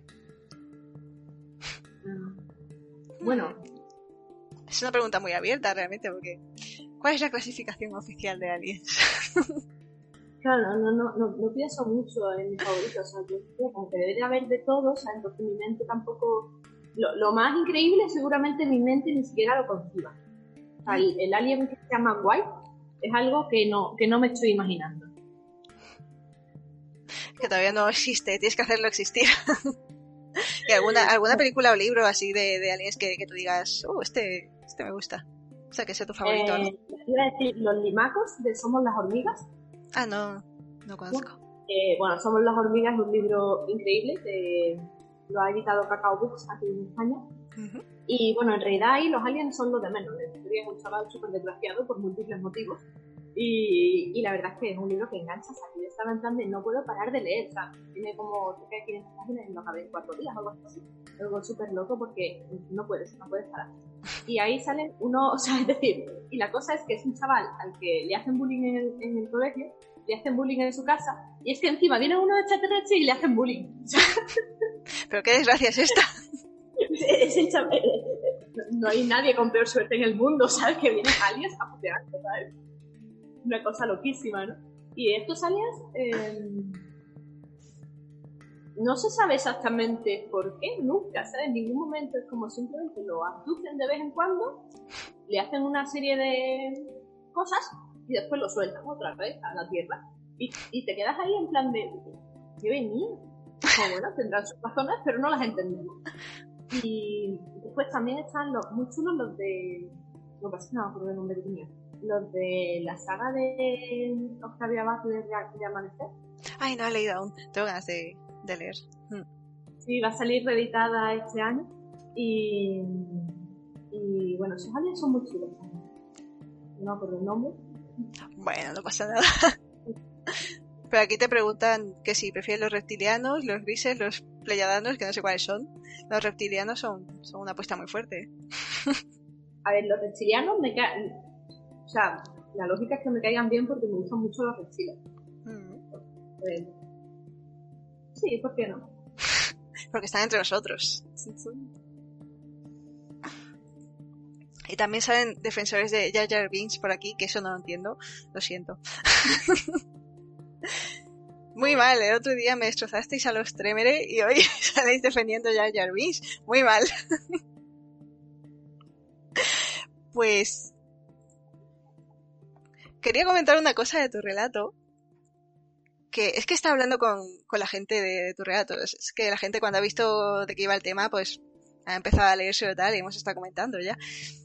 Bueno. Es una pregunta muy abierta realmente, porque ¿cuál es la clasificación oficial de aliens? Claro, no, no, no, no pienso mucho en mis favoritos, o sea, yo creo que debe de haber de todos, o sea, entonces mi mente tampoco... Lo, lo más increíble, seguramente mi mente ni siquiera lo conciba. O sea, el, el alien que se llama White es algo que no, que no me estoy imaginando. Que todavía no existe, tienes que hacerlo existir. ¿Y alguna, alguna película o libro así de, de aliens que, que tú digas, oh, este, este me gusta? O sea, que sea tu favorito, eh, ¿no? Iba a decir, Los Limacos de Somos las Hormigas. Ah, no, no conozco. Eh, bueno, Somos las Hormigas es un libro increíble, que lo ha editado Cacao Books aquí en España. Uh-huh. Y bueno, en realidad ahí los aliens son los de menos. Es un chaval súper desgraciado por múltiples motivos. Y, y la verdad es que es un libro que engancha, o sea, que yo estaba en plan de no puedo parar de leer, o sea, tiene como cerca de quinientas páginas y lo acabé en cuatro días o algo así. Algo súper loco porque no puedes, no puedes parar. Y ahí salen uno, o sea, es decir, y la cosa es que es un chaval al que le hacen bullying en el, en el colegio, le hacen bullying en su casa, y es que encima viene uno de extraterrestre y le hacen bullying. O sea, ¿pero qué desgracia es esta? es el chaval, no hay nadie con peor suerte en el mundo, ¿sabes? Que vienen aliens a putear, ¿sabes? Una cosa loquísima, ¿no? Y estos aliens, eh, no se sabe exactamente por qué, nunca, ¿sabes? En ningún momento es como simplemente lo abducen de vez en cuando, le hacen una serie de cosas y después lo sueltan otra vez a la Tierra. Y, y te quedas ahí en plan de, ¿qué venía? Como bueno, tendrán sus razones, pero no las entendemos. Y después también están los, muy chulos los de, lo que pasa es que no me acuerdo el nombre que tenía, los de la saga de Octavia Butler de, de Amanecer. Ay, no he leído aún, tengo ganas de, de leer. Hmm. Sí, va a salir reeditada este año y, y bueno, esos aliens son muy chulos también. No me acuerdo el nombre. Bueno, no pasa nada. Pero aquí te preguntan que si prefieres los reptilianos, los grises, los pleyadanos, que no sé cuáles son. Los reptilianos son, son una apuesta muy fuerte. A ver, los reptilianos me caen... O sea, la lógica es que me caigan bien porque me gustan mucho los reptiles. Mm. Pues, sí, ¿por qué no? Porque están entre nosotros. Y también salen defensores de Jar Jar Binks por aquí, que eso no lo entiendo. Lo siento. Muy mal, el otro día me destrozasteis a los Tremere y hoy saléis defendiendo Jar Jar Binks. Muy mal. Pues quería comentar una cosa de tu relato. Que es que estaba hablando con, con la gente de, de tu relato. Es, es que la gente cuando ha visto de qué iba el tema, pues ha empezado a leerse y tal, y hemos estado comentando ya.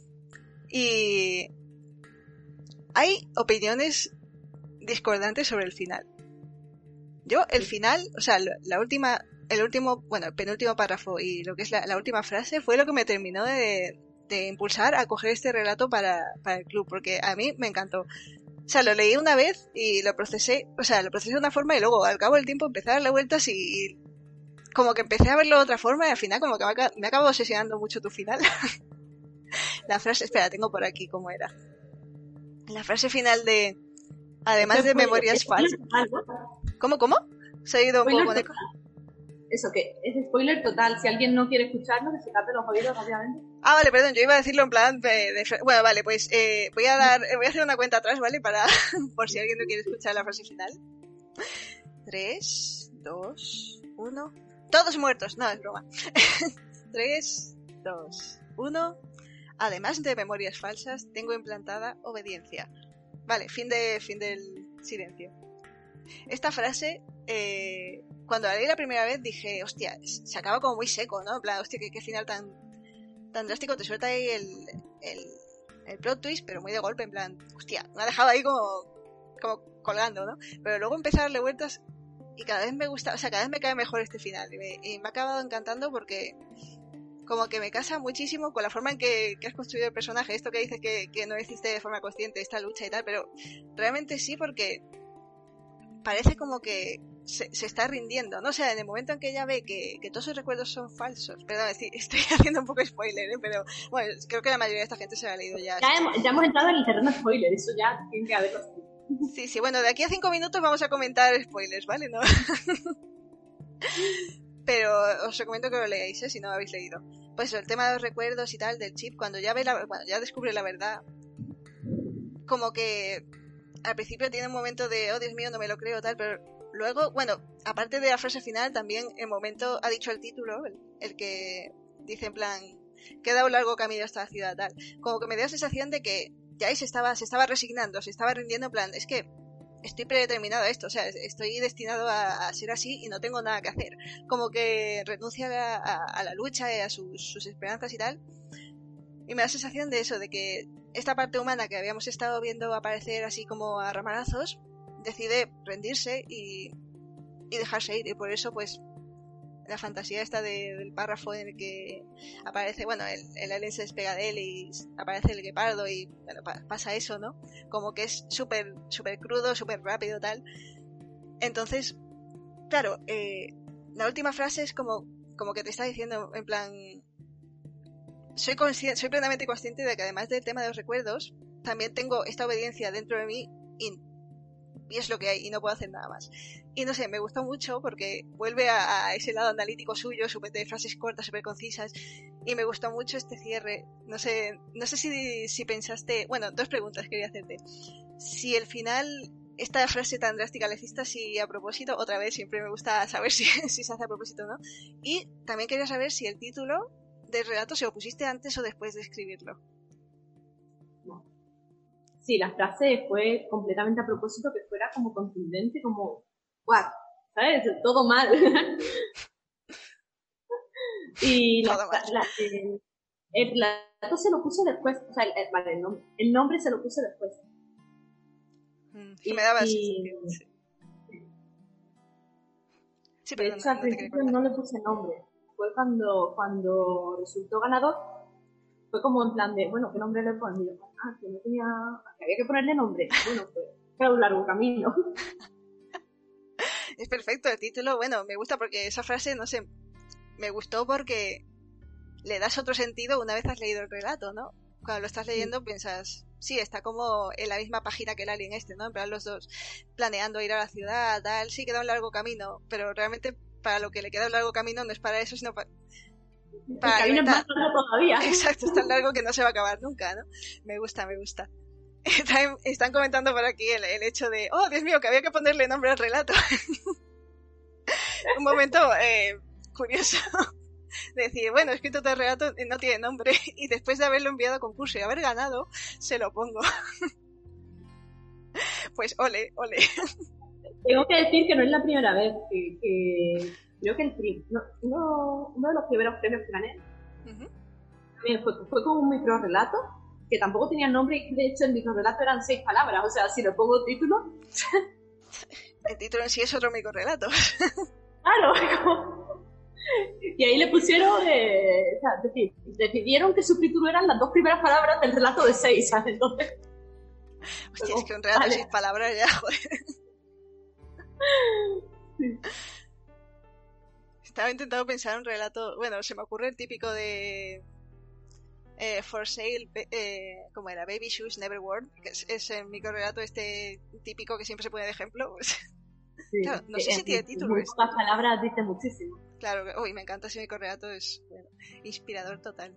Y hay opiniones discordantes sobre el final. Yo, el final, o sea, la última, el último, bueno, el penúltimo párrafo y lo que es la, la última frase fue lo que me terminó de, de impulsar a coger este relato para, para el club, porque a mí me encantó. O sea, lo leí una vez y lo procesé, o sea, lo procesé de una forma y luego al cabo del tiempo empecé a darle vueltas y, y como que empecé a verlo de otra forma y al final como que me, me acabó obsesionando mucho tu final. La frase, espera, tengo por aquí cómo era. La frase final de, además de memorias falsas. ¿Cómo, cómo? Se ha ido un poco con eco. Eso, que es spoiler total. Si alguien no quiere escucharlo, que se tape los oídos rápidamente. Ah, vale, perdón, yo iba a decirlo en plan de... de bueno, vale, pues eh, voy a dar, voy a hacer una cuenta atrás, ¿vale? Para, por si alguien no quiere escuchar la frase final. Tres, dos, uno... Todos muertos, no, es broma. Tres, dos, uno... Además de memorias falsas, tengo implantada obediencia. Vale, fin de fin del silencio. Esta frase, eh, cuando la leí la primera vez dije, hostia, se acaba como muy seco, ¿no? En plan, hostia, qué, qué final tan, tan drástico. Te suelta ahí el, el, el plot twist, pero muy de golpe, en plan, hostia, me ha dejado ahí como, como colgando, ¿no? Pero luego empecé a darle vueltas y cada vez me gusta, o sea, cada vez me cae mejor este final. Y me, y me ha acabado encantando porque como que me casa muchísimo con la forma en que, que has construido el personaje. Esto que dices que, que no hiciste de forma consciente esta lucha y tal, pero realmente sí, porque parece como que se, se está rindiendo, ¿no? O sea, en el momento en que ella ve que, que todos sus recuerdos son falsos, perdón, estoy, estoy haciendo un poco spoiler, ¿eh? Pero bueno, creo que la mayoría de esta gente se lo ha leído ya. Ya hemos, ya hemos entrado en el terreno spoiler, eso ya tiene que haberlo. Sí, sí, bueno, de aquí a cinco minutos vamos a comentar spoilers, ¿vale? ¿No? Pero os recomiendo que lo leáis, ¿eh? Si no lo habéis leído. Pues el tema de los recuerdos y tal, del chip, cuando ya ve la, cuando ya descubre la verdad, como que al principio tiene un momento de, oh Dios mío, no me lo creo, tal, pero luego, bueno, aparte de la frase final, también el momento, ha dicho el título, el, el que dice en plan, queda un largo camino hasta la ciudad, tal, como que me dio la sensación de que ya ahí se estaba, se estaba resignando, se estaba rindiendo, en plan, es que estoy predeterminado a esto, o sea, estoy destinado a, a ser así y no tengo nada que hacer, como que renuncia a, a, a la lucha y a sus, sus esperanzas y tal, y me da la sensación de eso, de que esta parte humana que habíamos estado viendo aparecer así como a ramalazos, decide rendirse y, y dejarse ir, y por eso pues la fantasía esta de, del párrafo en el que aparece, bueno, el, el alien se despega de él y aparece el guepardo y bueno, pa- pasa eso, ¿no? Como que es súper súper crudo, súper rápido, tal. Entonces, claro, eh, la última frase es como, como que te está diciendo, en plan, soy consciente, soy plenamente consciente de que además del tema de los recuerdos, también tengo esta obediencia dentro de mí y, y es lo que hay y no puedo hacer nada más. Y no sé, me gustó mucho porque vuelve a, a ese lado analítico suyo, súper de frases cortas, súper concisas, y me gustó mucho este cierre. No sé, no sé si, si pensaste, bueno, dos preguntas quería hacerte. Si el final, esta frase tan drástica la hiciste así a propósito, otra vez siempre me gusta saber si, si se hace a propósito o no. Y también quería saber si el título del relato se lo pusiste antes o después de escribirlo. No. Sí, la frase fue completamente a propósito, que fuera como contundente, como ¡guau! ¿Sabes? Todo mal. Y la, Todo mal. la, el, el relato se lo puse después, o sea, el, el, vale, el, nombre, el nombre se lo puse después. Mm, y, me daba y, esa sensación, sí. Sí, de hecho, al no principio no le puse nombre. Fue cuando, cuando resultó ganador, fue como en plan de, bueno, ¿qué nombre le pongo? Y yo, ah, que no tenía, que había que ponerle nombre. Bueno, pues, era un largo camino. Es perfecto el título, bueno, me gusta porque esa frase, no sé, me gustó porque le das otro sentido una vez has leído el relato, ¿no? Cuando lo estás leyendo sí. Piensas, sí, está como en la misma página que el alien este, ¿no? En plan los dos planeando ir a la ciudad, tal, sí, queda un largo camino, pero realmente para lo que le queda un largo camino no es para eso, sino para... para el camino es más largo todavía. Exacto, es tan largo que no se va a acabar nunca, ¿no? Me gusta, me gusta. Están comentando por aquí el, el hecho de, oh, Dios mío, que había que ponerle nombre al relato. Un momento eh, curioso. Decir, bueno, he escrito todo el relato y no tiene nombre, y después de haberlo enviado a concurso y haber ganado, se lo pongo. Pues ole, ole. Tengo que decir que no es la primera vez que, que creo que el prim, no, uno, uno de los primeros premios que gané uh-huh. fue, fue con un microrelato que tampoco tenía nombre, y de hecho el microrelato eran seis palabras, o sea, si le pongo título... El título en sí es otro microrelato. Claro, como... Y ahí le pusieron, eh, o sea, es decir, decidieron que su título eran las dos primeras palabras del relato de seis, ¿sabes? Entonces... Hostia, es que un relato vale. Sin palabras ya, joder. Sí. Estaba intentando pensar un relato, bueno, se me ocurre el típico de eh, For Sale, eh, ¿cómo era? Baby Shoes Never Worn, que es, es el microrelato este típico que siempre se pone de ejemplo. Pues. Sí, claro, no sé si tiene título. Muchas palabras dicen muchísimo. Claro, uy, me encanta ese microrelato, es bueno, inspirador total.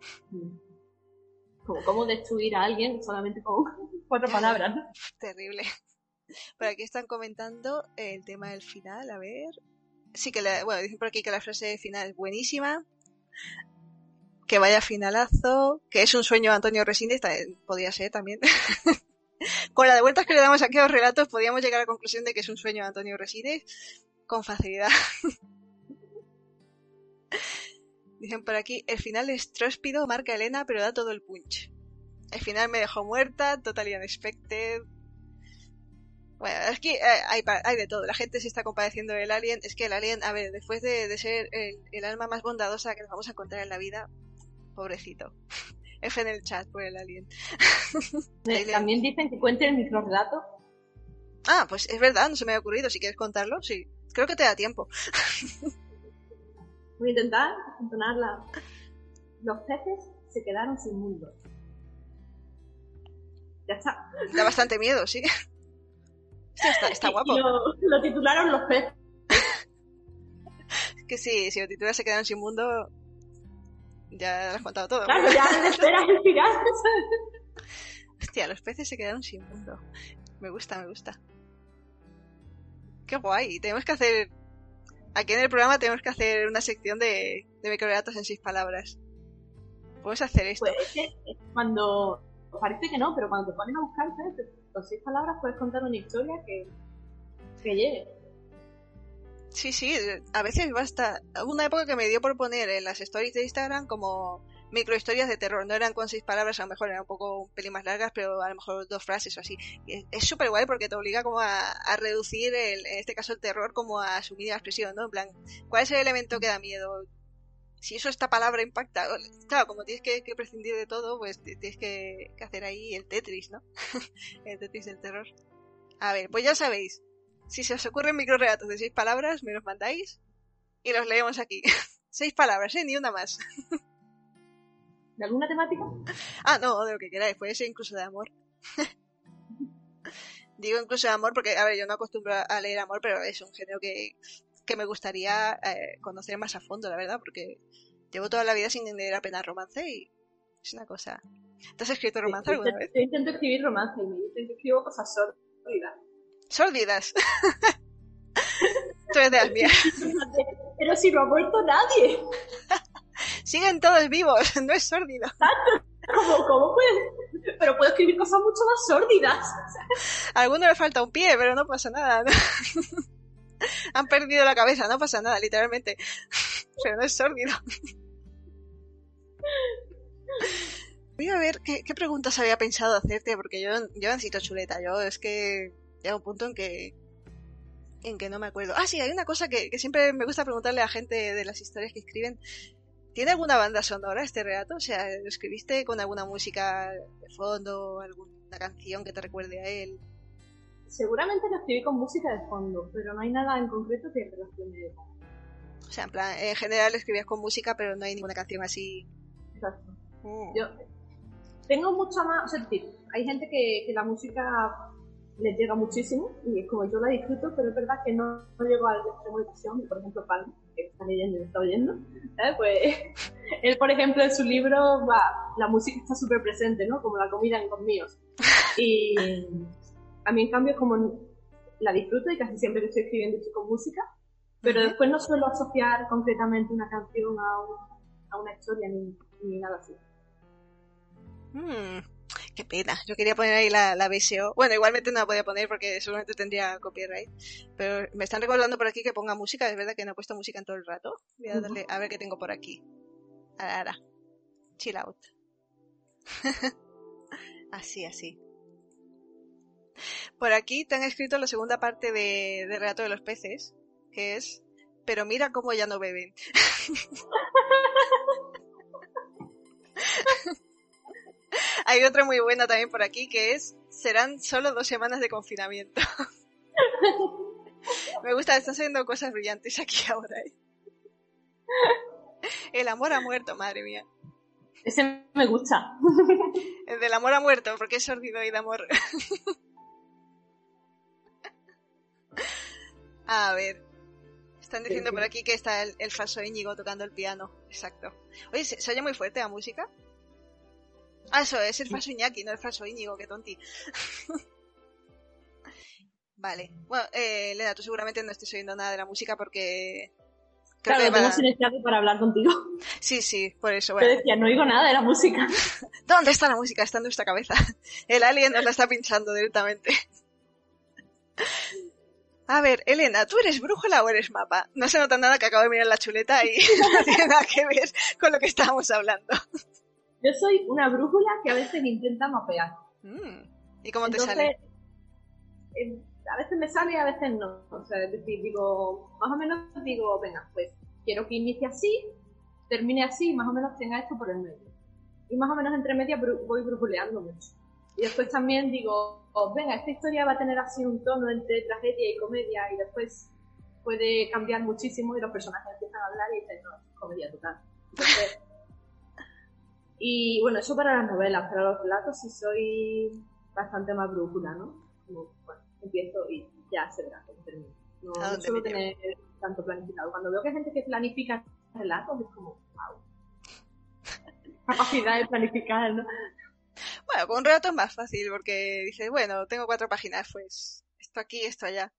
Como cómo destruir a alguien solamente con cuatro palabras, ¿no? Terrible. Por aquí están comentando el tema del final, a ver. Sí que, la, bueno, dicen por aquí que la frase final es buenísima. Que vaya finalazo. Que es un sueño de Antonio Resines, podría ser también. Con la de vueltas que le damos aquí a los relatos, podríamos llegar a la conclusión de que es un sueño de Antonio Resines con facilidad. Dicen por aquí, el final es tróspido, marca Elena, pero da todo el punch. El final me dejó muerta, totally unexpected. Bueno, es que hay, hay de todo. La gente se está compadeciendo del alien. Es que el alien, a ver, después de, de ser el, el alma más bondadosa que nos vamos a encontrar en la vida, pobrecito. F en el chat por el alien. También dicen que cuente el microrelato. Ah, pues es verdad, no se me había ocurrido. Si quieres contarlo, sí. Creo que te da tiempo. Voy a intentar entonarla. Los peces se quedaron sin mundo. Ya está. Da bastante miedo, sí. Está, está guapo. Y lo, lo titularon Los peces. Es que sí, si lo titulas Se quedaron sin mundo, ya lo has contado todo. Claro, ya le esperas el final. Hostia, los peces se quedaron sin mundo. Me gusta, me gusta. Qué guay. Tenemos que hacer... Aquí en el programa tenemos que hacer una sección de, de microrelatos en seis palabras. ¿Puedes hacer esto? Pues es que cuando... Parece que no, pero cuando te pones a buscar, ¿sabes? Con seis palabras puedes contar una historia que, que llegue. Sí, sí, a veces basta. Hubo una época que me dio por poner en las stories de Instagram como microhistorias de terror. No eran con seis palabras, a lo mejor eran un poco un pelín más largas, pero a lo mejor dos frases o así. Y es súper guay porque te obliga como a, a reducir, el, en este caso el terror, como a su mínima expresión, ¿no? En plan, ¿cuál es el elemento que da miedo? Si eso esta palabra impacta, claro, como tienes que, que prescindir de todo, pues tienes que, que hacer ahí el Tetris, ¿no? El Tetris del terror. A ver, pues ya sabéis, Si se os ocurren microrelatos de seis palabras, me los mandáis y los leemos aquí. Seis palabras, ¿eh? Ni una más. ¿De alguna temática? Ah, no, de lo que queráis. Puede ser incluso de amor. Digo incluso de amor porque, a ver, yo no acostumbro a leer amor, pero es un género que, que me gustaría eh, conocer más a fondo, la verdad, porque llevo toda la vida sin leer apenas romance y es una cosa... ¿Te has escrito romance Sí, alguna yo, vez? Yo intento escribir romance y me dicen que escribo cosas sórdidas. Sórdidas. Tú eres de las mías. Pero si no ha muerto nadie. Siguen todos vivos, no es sórdido. ¿Cómo, cómo puedes? Pero puedo escribir cosas mucho más sórdidas. A alguno le falta un pie, pero no pasa nada, ¿no? Han perdido la cabeza, no pasa nada, literalmente. Pero no es sórdido. Voy a ver qué, qué preguntas había pensado hacerte, porque yo, yo necesito chuleta. Yo es que llega un punto en que en que no me acuerdo. Ah, sí, hay una cosa que, que siempre me gusta preguntarle a gente de las historias que escriben. ¿Tiene alguna banda sonora este relato? O sea, ¿lo escribiste con alguna música de fondo, alguna canción que te recuerde a él? Seguramente lo escribí con música de fondo, pero no hay nada en concreto que relacione. O sea, en plan, en general escribías con música, pero no hay ninguna canción así. Exacto. Mm. Yo tengo mucha más, o sea, es decir, hay gente que, que la música les llega muchísimo y es como yo la disfruto, pero es verdad que no, no llego al extremo de pasión. Por ejemplo, Palma, que está leyendo y me está oyendo, ¿sabes? Pues él, por ejemplo, en su libro va, la música está súper presente, ¿no? Como la comida en Hijos Míos. Y a mí, en cambio, como la disfruto y casi siempre que estoy escribiendo estoy con música, pero uh-huh. después no suelo asociar concretamente una canción a, un, a una historia ni, ni nada así. Hmm, qué pena, yo quería poner ahí la, la B S O. Bueno, igualmente no la podía poner porque seguramente tendría copyright. Pero me están recordando por aquí que ponga música. Es verdad que no he puesto música en todo el rato. Voy a darle a ver qué tengo por aquí. Ahora, ahora. Chill out. Así, así. Por aquí te han escrito la segunda parte de, de Relato de los Peces, que es: pero mira cómo ya no beben. Hay otra muy buena también por aquí que es: serán solo dos semanas de confinamiento. Me gusta, están saliendo cosas brillantes aquí ahora, ¿eh? El amor ha muerto, madre mía. Ese me gusta. El del amor ha muerto, porque es sórdido y de amor. A ver, están diciendo por aquí que está el, el falso Íñigo tocando el piano. Exacto. Oye, ¿se, ¿se oye muy fuerte la música? Ah, eso es el falso Iñaki, no el falso Íñigo, qué tonti. Vale. Bueno, eh, Elena, tú seguramente no estés oyendo nada de la música porque... Creo claro, que lo tengo silenciado para hablar contigo. Sí, sí, por eso. Bueno. Yo decía, no oigo nada de la música. ¿Dónde está la música? Está en nuestra cabeza. El alien nos la está pinchando directamente. A ver, Elena, ¿tú eres brújula o eres mapa? No se nota nada que acabo de mirar la chuleta y no tiene nada que ver con lo que estábamos hablando. Yo soy una brújula que a veces intenta mapear. Mm. ¿Y cómo te Entonces, sale? Eh, a veces me sale y a veces no. O sea, es decir, digo, más o menos digo, venga, pues quiero que inicie así, termine así y más o menos tenga esto por el medio. Y más o menos entre medias bru- voy brujuleando mucho. Y después también digo, oh, venga, esta historia va a tener así un tono entre tragedia y comedia y después puede cambiar muchísimo y los personajes empiezan a hablar y dicen, no, es comedia total. Entonces, y bueno, eso para las novelas, para los relatos sí soy bastante más brújula, ¿no? Como, bueno, empiezo y ya se verá cómo termino. No, no suelo tener tanto planificado. Cuando veo que hay gente que planifica relatos, es como, wow. Capacidad de planificar, ¿no? Bueno, con un relato es más fácil porque dices, bueno, tengo cuatro páginas, pues esto aquí, esto allá.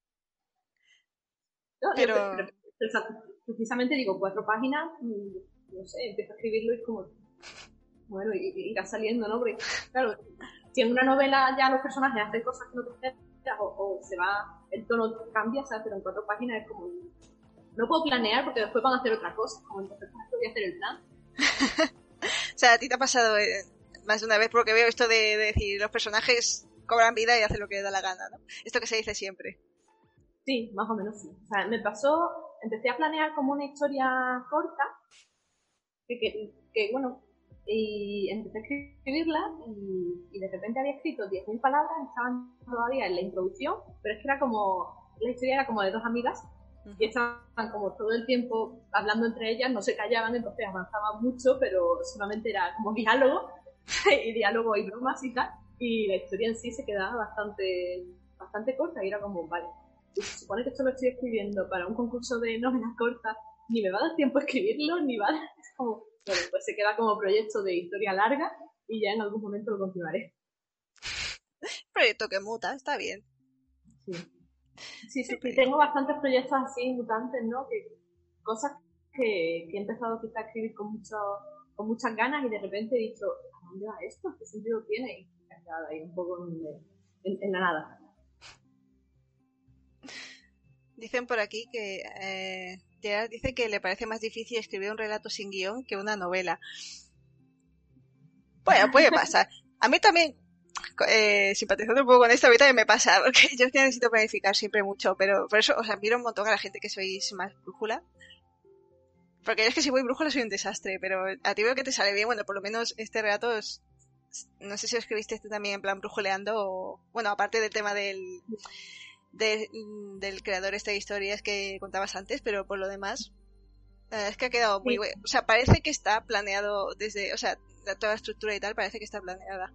No, pero... Yo, pero, precisamente digo, cuatro páginas, no sé, empiezo a escribirlo y es como, bueno, irá saliendo, ¿no? Porque, claro, si en una novela ya los personajes hacen cosas que no te esperas o, o se va, el tono cambia, ¿sabes? Pero en cuatro páginas es como, no puedo planear porque después van a hacer otra cosa, como entonces voy a hacer el plan. O sea, a ti te ha pasado eh, más de una vez porque veo esto de, de decir, los personajes cobran vida y hacen lo que les da la gana, ¿no? Esto que se dice siempre. Sí, más o menos sí. O sea, me pasó, empecé a planear como una historia corta, que, que, que bueno, y empecé a escribirla y, y de repente había escrito diez mil palabras, estaban todavía en la introducción, pero es que era como, la historia era como de dos amigas y estaban como todo el tiempo hablando entre ellas, no se callaban, entonces avanzaban mucho, pero solamente era como diálogo y diálogo y bromas y tal, y la historia en sí se quedaba bastante bastante corta y era como, vale, se supone que esto lo estoy escribiendo para un concurso de novelas cortas, ni me va a dar tiempo a escribirlo, ni va a dar... Es como, bueno, pues se queda como proyecto de historia larga y ya en algún momento lo continuaré. Proyecto que muta, está bien. Sí, sí, sí, sí, tengo bastantes proyectos así, mutantes, ¿no? Que, cosas que, que he empezado quizá a escribir con, mucho, con muchas ganas y de repente he dicho, ¿a dónde va esto? ¿Qué sentido tiene? Y he quedado ahí un poco en, en, en la nada. Dicen por aquí que eh, Gerard dice que le parece más difícil escribir un relato sin guión que una novela. Bueno, puede pasar. A mí también, eh, simpatizando un poco con esto, a mí también me pasa, porque yo necesito planificar siempre mucho, pero por eso os admiro un montón a la gente que sois más brújula. Porque es que si voy brújula soy un desastre, pero a ti veo que te sale bien. Bueno, por lo menos este relato es, no sé si lo escribiste este también en plan brujuleando o... Bueno, aparte del tema del... De, del creador este de historias que contabas antes, pero por lo demás la verdad es que ha quedado muy sí. bueno. O sea, parece que está planeado desde, o sea, toda la estructura y tal parece que está planeada.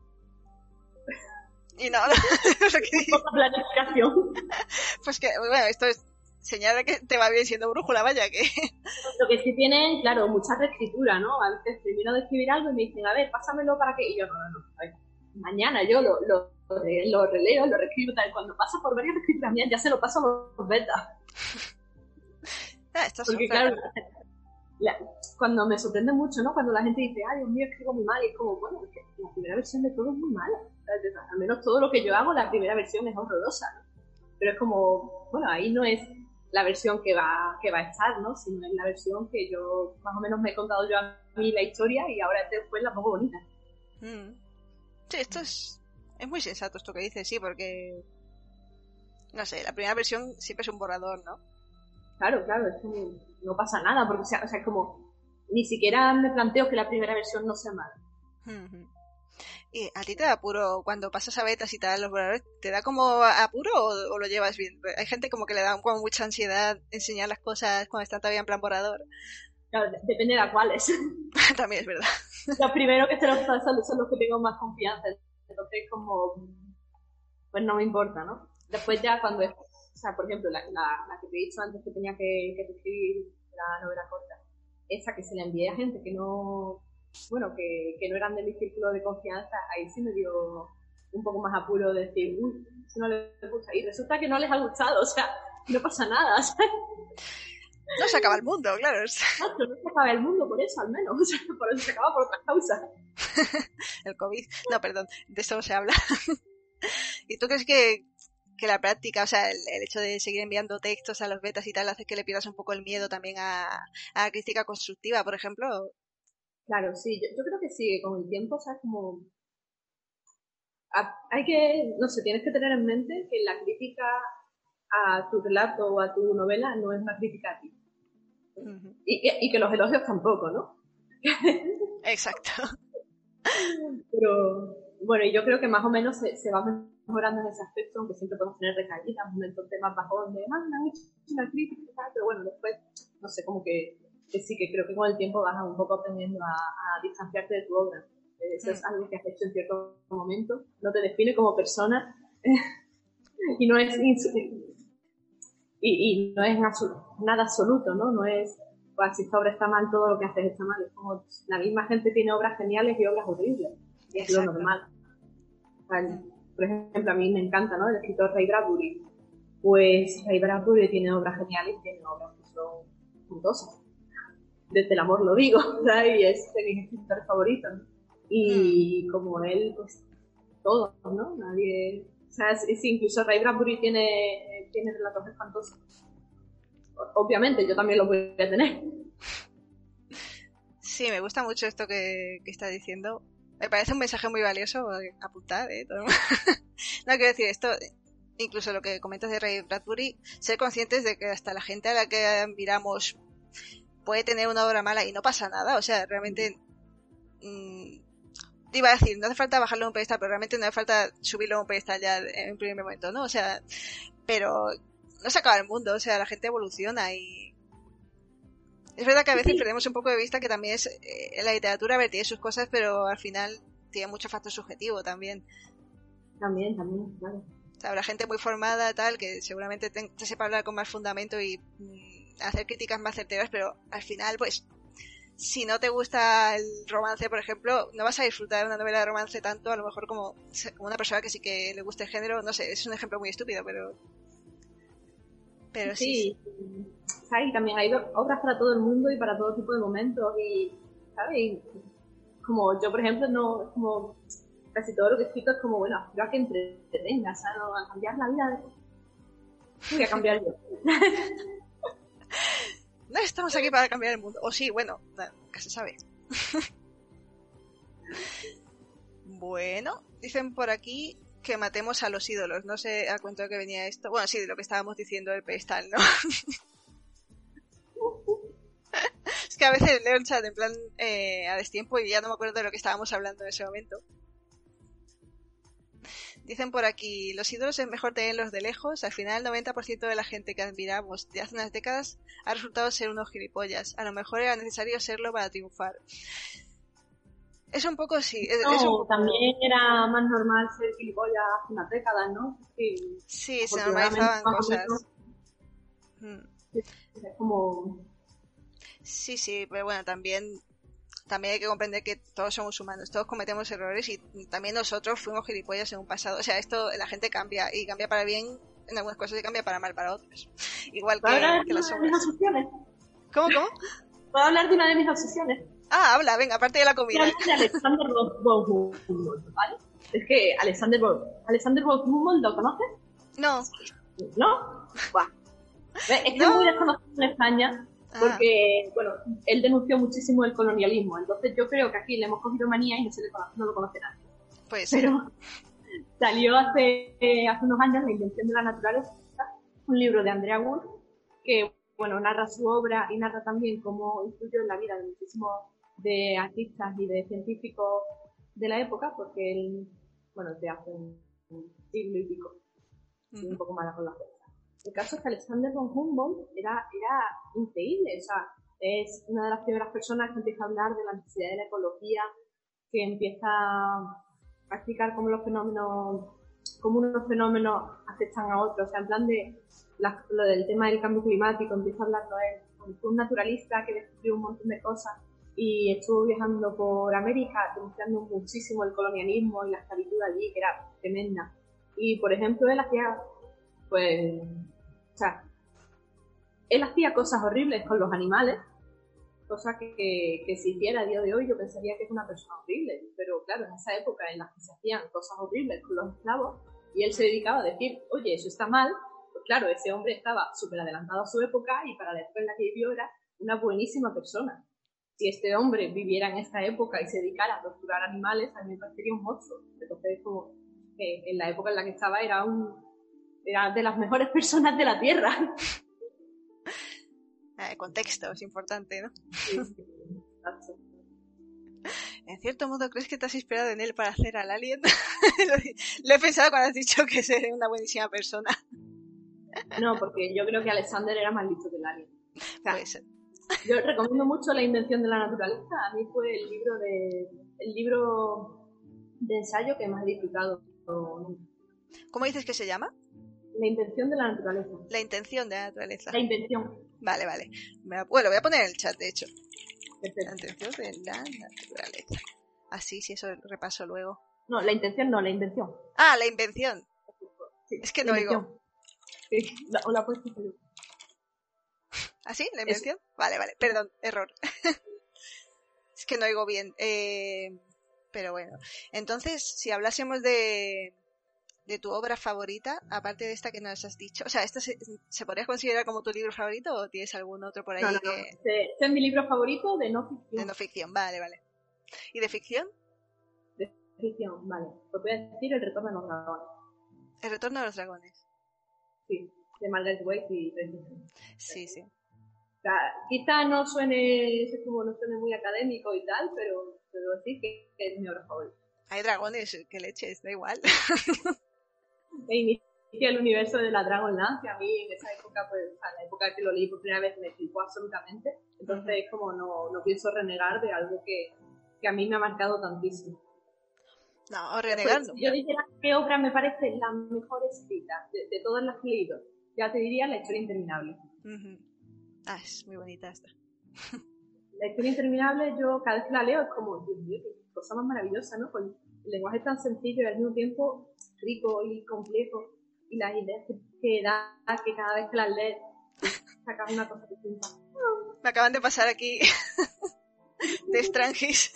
Y no, no sé qué poca planificación. Pues que, bueno, esto es señal de que te va bien siendo brújula, vaya que... Lo que sí tienen, claro, mucha reescritura, ¿no? A veces termino de escribir algo y me dicen, a ver, pásamelo para que... Y yo, no, no, no, a ver, mañana yo lo... lo lo releo, lo reescribo, tal. Cuando pasa por varias reescrituras mías ya se lo paso a los betas. Ah, esto es porque claro, la, cuando me sorprende mucho, ¿no? Cuando la gente dice, ay, Dios mío, escribo muy mal, y es como, bueno, es que la primera versión de todo es muy mala. Al menos todo lo que yo hago, la primera versión es horrorosa, ¿no? Pero es como, bueno, ahí no es la versión que va, que va a estar, ¿no? Sino es la versión que yo más o menos me he contado yo a mí la historia y ahora después la pongo bonita. Mm. Sí, esto es Es muy sensato esto que dices, sí, porque... No sé, la primera versión siempre es un borrador, ¿no? Claro, claro, es como... No pasa nada, porque o sea, o sea, es como... Ni siquiera me planteo que la primera versión no sea mala. Uh-huh. ¿Y a ti te da apuro cuando pasas a betas y tal, los borradores? ¿Te da como apuro o, o lo llevas bien? Hay gente como que le da como mucha ansiedad enseñar las cosas cuando están todavía en plan borrador. Claro, depende de a cuáles. También es verdad. Los primeros que se los pasan son los que tengo más confianza. Entonces, como, pues no me importa, ¿no? Después ya cuando, es, o sea, por ejemplo, la, la, la que te he dicho antes que tenía que, que escribir la novela corta, esa que se la envié a gente que no, bueno, que, que no eran de mi círculo de confianza, ahí sí me dio un poco más apuro de decir, uy, si no les gusta, y resulta que no les ha gustado, o sea, no pasa nada, ¿sabes? No se acaba el mundo, claro. No, no se acaba el mundo por eso, al menos. O sea, por eso se acaba por otras causas. El COVID. No, perdón, de eso no se habla. ¿Y tú crees que, que la práctica, o sea, el, el hecho de seguir enviando textos a los betas y tal, hace que le pierdas un poco el miedo también a, a la crítica constructiva, por ejemplo? Claro, sí. Yo, yo creo que sí, con el tiempo, o sea, como... A, hay que, no sé, tienes que tener en mente que la crítica a tu relato o a tu novela no es una crítica a ti. Uh-huh. Y, y, y que los elogios tampoco, ¿no? Exacto. Pero, bueno, y yo creo que más o menos se, se va mejorando en ese aspecto, aunque siempre podemos tener recaídas, momentos de más bajón, de, ah, me han hecho una crítica y tal, pero bueno, después, no sé, como que, que sí, que creo que con el tiempo vas un poco aprendiendo a, a distanciarte de tu obra. Eso mm. es algo que has hecho en cierto momento, no te define como persona, y no es... Y, y no es absol- nada absoluto, ¿no? No es, pues, si esta obra está mal, todo lo que haces está mal. Es como, la misma gente tiene obras geniales y obras horribles. Y es Exacto. Lo normal. O sea, por ejemplo, a mí me encanta, ¿no? El escritor Ray Bradbury. Pues Ray Bradbury tiene obras geniales y tiene obras que son puntosas. Desde el amor lo digo, ¿sabes? Y es de mis escritores favoritos, ¿no? Y mm. como él, pues, todos, ¿no? Nadie... O sea, si incluso Ray Bradbury tiene, tiene relatos espantosos. Obviamente, yo también los voy a tener. Sí, me gusta mucho esto que, que estás diciendo. Me parece un mensaje muy valioso apuntar, ¿eh? Todo. No, quiero decir, esto, incluso lo que comentas de Ray Bradbury, ser conscientes de que hasta la gente a la que miramos puede tener una obra mala y no pasa nada. O sea, realmente... Mmm, iba a decir, no hace falta bajarlo a un pedestal, pero realmente no hace falta subirlo a un pedestal ya en un primer momento, ¿no? O sea, pero no se acaba el mundo, o sea, la gente evoluciona y... Es verdad que a veces Sí. perdemos un poco de vista que también es eh, la literatura, a ver, tiene sus cosas, pero al final tiene mucho factor subjetivo también. También, también, claro. O sea, habrá gente muy formada, tal, que seguramente te, te sepa hablar con más fundamento y mm, hacer críticas más certeras, pero al final, pues, si no te gusta el romance, por ejemplo, no vas a disfrutar de una novela de romance tanto, a lo mejor como, como una persona que sí que le gusta el género, no sé, es un ejemplo muy estúpido, pero... Pero sí, sí. Sí, ¿sabes? Y también hay obras para todo el mundo y para todo tipo de momentos y, ¿sabes? Y como yo, por ejemplo, no, como casi todo lo que escrito es como, bueno, aspiro a que entretenga, ¿sabes? No, a cambiar la vida de... Voy a cambiar yo. No estamos aquí para cambiar el mundo. O sí, bueno, nunca se sabe. Bueno, dicen por aquí que matemos a los ídolos. No sé a cuento de que venía esto. Bueno, sí, de lo que estábamos diciendo del pedestal, ¿no? Es que a veces leo el chat en plan eh, a destiempo y ya no me acuerdo de lo que estábamos hablando en ese momento. Dicen por aquí, los ídolos es mejor tenerlos de lejos. Al final el noventa por ciento de la gente que admiramos de hace unas décadas ha resultado ser unos gilipollas. A lo mejor era necesario serlo para triunfar. Es un poco sí. Es, No, es un poco... también era más normal ser gilipollas hace unas décadas, ¿no? Sí, sí se normalizaban cosas. Menos, es como... Sí, sí, pero bueno, también... También hay que comprender que todos somos humanos, todos cometemos errores y también nosotros fuimos gilipollas en un pasado. O sea, esto, la gente cambia y cambia para bien en algunas cosas y cambia para mal para otras. Igual que, que las obras. Mis obsesiones? ¿Cómo, cómo? ¿Puedo hablar de una de mis obsesiones? Ah, habla, venga, aparte de la comida. Quiero hablar de Alexander von Humboldt, ¿vale? Es que Alexander von, Alexander von Humboldt, ¿lo conoces? No. ¿No? Buah. Es que ¿No? es muy desconocido en España. Porque, ah. bueno, él denunció muchísimo el colonialismo, entonces yo creo que aquí le hemos cogido manía y no se le conoce, no lo conoce nadie. Pues Pero sí. Salió hace, eh, hace unos años La invención de la naturaleza, un libro de Andrea Wood, que, bueno, narra su obra y narra también cómo influyó en la vida de muchísimos de artistas y de científicos de la época, porque él, bueno, de hace un, un siglo y pico, uh-huh. un poco mala con la fecha. El caso es que Alexander von Humboldt era, era increíble, o sea, es una de las primeras personas que empieza a hablar de la necesidad de la ecología, que empieza a explicar cómo los fenómenos, cómo unos fenómenos afectan a otros, o sea, en plan de la, lo del tema del cambio climático, empieza a hablarlo él, fue un naturalista que descubrió un montón de cosas y estuvo viajando por América, demostrando muchísimo el colonialismo y la esclavitud allí, que era tremenda. Y, por ejemplo, él hacía, pues, o sea, él hacía cosas horribles con los animales, cosa que, que, que si hiciera a día de hoy yo pensaría que es una persona horrible, pero claro, en esa época en la que se hacían cosas horribles con los esclavos y él se dedicaba a decir, oye, eso está mal, pues claro, ese hombre estaba súper adelantado a su época y para la época en la que vivió era una buenísima persona. Si este hombre viviera en esta época y se dedicara a torturar animales, a mí me parecería un monstruo. Entonces, como que en la época en la que estaba era un era de las mejores personas de la Tierra. El contexto es importante, ¿no? Sí, sí, exacto. En cierto modo, ¿crees que te has inspirado en él para hacer al alien? lo, lo he pensado cuando has dicho que es una buenísima persona. No, porque yo creo que Alexander era más listo que el alien. O sea, puede ser. Yo recomiendo mucho La invención de la naturaleza. A mí fue el libro de el libro de ensayo que más he disfrutado. ¿Cómo dices que se llama? La invención de la naturaleza. La intención de la naturaleza. La invención. Vale, vale. Me, bueno, lo voy a poner en el chat, de hecho. Perfecto. La intención de la naturaleza. Así, si eso repaso luego. No, la intención no, la invención. Ah, la invención. Sí, es que no oigo. Sí, la, o la puedes decir. ¿Ah, sí? ¿La invención? Eso. Vale, vale. Perdón, error. Es que no oigo bien. Eh, pero bueno. Entonces, si hablásemos de... de tu obra favorita, aparte de esta que nos has dicho. O sea, ¿esto se, se podría considerar como tu libro favorito o tienes algún otro por ahí? No, no, que... no. Este, este es mi libro favorito de no ficción. De no ficción, vale, vale. ¿Y de ficción? De ficción, vale. Pues voy a decir El retorno de los dragones. El retorno de los dragones. Sí, de Margaret Weiss y Tracy. Sí, sí. sea, quizá no suene, ese como no suene muy académico y tal, pero puedo decir que es mi obra favorita. Hay dragones, que leches, da igual. E inicia el universo de la Dragonlance, que a mí en esa época, pues, en la época que lo leí por primera vez me flipó absolutamente. Entonces, uh-huh. como no, no pienso renegar de algo que, que a mí me ha marcado tantísimo. No, renegando. Pues, yo dijera qué obra me parece la mejor escrita de, de todas las que he leído. Ya te diría La historia interminable. Uh-huh. Ah, es muy bonita esta. La historia interminable, yo cada vez que la leo es como, Dios mío, qué cosa más maravillosa, ¿no? Pues el lenguaje es tan sencillo y al mismo tiempo rico y complejo. Y las ideas que, que da, que cada vez que las lees, sacas una cosa distinta. Me acaban de pasar aquí de Strangis.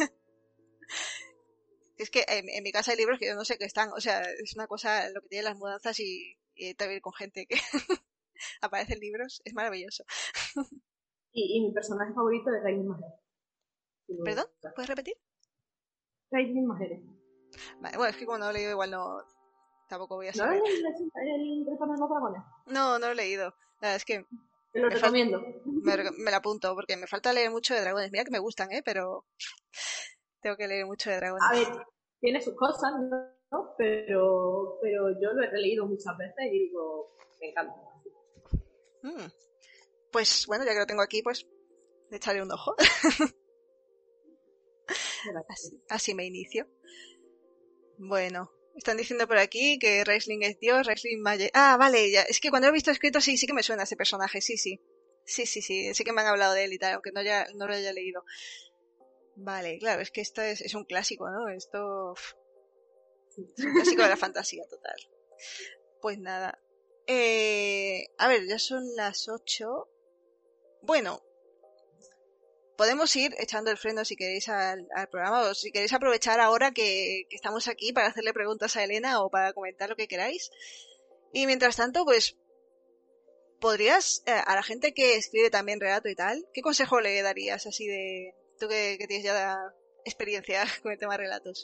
Es que en, en mi casa hay libros que yo no sé qué están. O sea, es una cosa lo que tienen las mudanzas y, y también con gente que aparecen libros. Es maravilloso. Y, y mi personaje favorito es Raistlin Mahere. ¿Perdón? ¿Puedes repetir? Raistlin Mahere. Vale, bueno, es que como no lo he leído igual no... Tampoco voy a saber. ¿No lees el Retorno de los Dragones? No, no lo he leído. La verdad es que... Te lo recomiendo. Fal... Me, me lo apunto porque me falta leer mucho de dragones. Mira que me gustan, ¿eh? Pero... Tengo que leer mucho de dragones. A ver, tiene sus cosas, ¿no? Pero, pero yo lo he releído muchas veces y digo, me encanta. Mm. Pues bueno, ya que lo tengo aquí, pues le echaré un ojo. así, así me inicio. Bueno, están diciendo por aquí que Raistlin es Dios, Raistlin Mahere... Ah, vale, ya. Es que cuando lo he visto escrito sí, sí que me suena ese personaje, sí, sí. Sí, sí, sí, sí que me han hablado de él y tal, aunque no, haya, no lo haya leído. Vale, claro, es que esto es, es un clásico, ¿no? Esto es un clásico de la fantasía total. Pues nada. Eh, a ver, ya son las ocho. Bueno, podemos ir echando el freno si queréis al, al programa o si queréis aprovechar ahora que, que estamos aquí para hacerle preguntas a Elena o para comentar lo que queráis. Y mientras tanto, pues, ¿podrías, eh, a la gente que escribe también relato y tal, qué consejo le darías así de... Tú que, que tienes ya experiencia con el tema de relatos?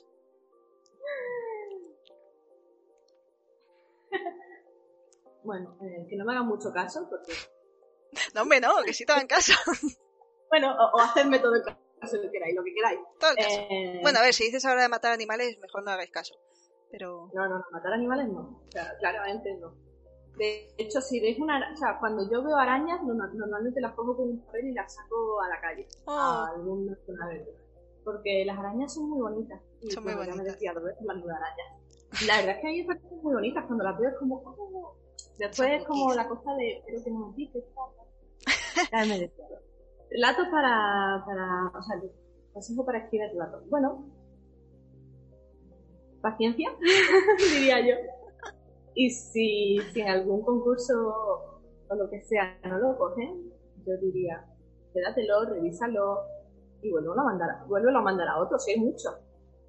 Bueno, eh, que no me hagan mucho caso porque... No, hombre, no, que sí te hagan caso. Bueno, o, o hacerme todo el caso que queráis, lo que queráis. Todo el caso. Eh... Bueno, a ver, si dices ahora de matar animales, mejor no hagáis caso. Pero... No, no, no, matar animales no. O sea, claramente no. De hecho, si veis una araña, o sea, cuando yo veo arañas, no, no, normalmente las pongo con un papel y las saco a la calle, oh. a alguna zona verde. Porque las arañas son muy bonitas. Y, son muy bueno, bonitas. Ya me decía, dos veces hablando de arañas. La verdad es que hay otras cosas muy bonitas, cuando las veo es como... Oh. Después es como la cosa de, pero que no me piques, ya me decía. Relatos para, para, o sea, consejo para escribir relatos. Bueno, paciencia, diría yo. Y si, si en algún concurso o lo que sea no lo cogen, yo diría, quédatelo, revísalo y vuélvelo a mandar, vuélvelo a mandar a otros, si hay mucho.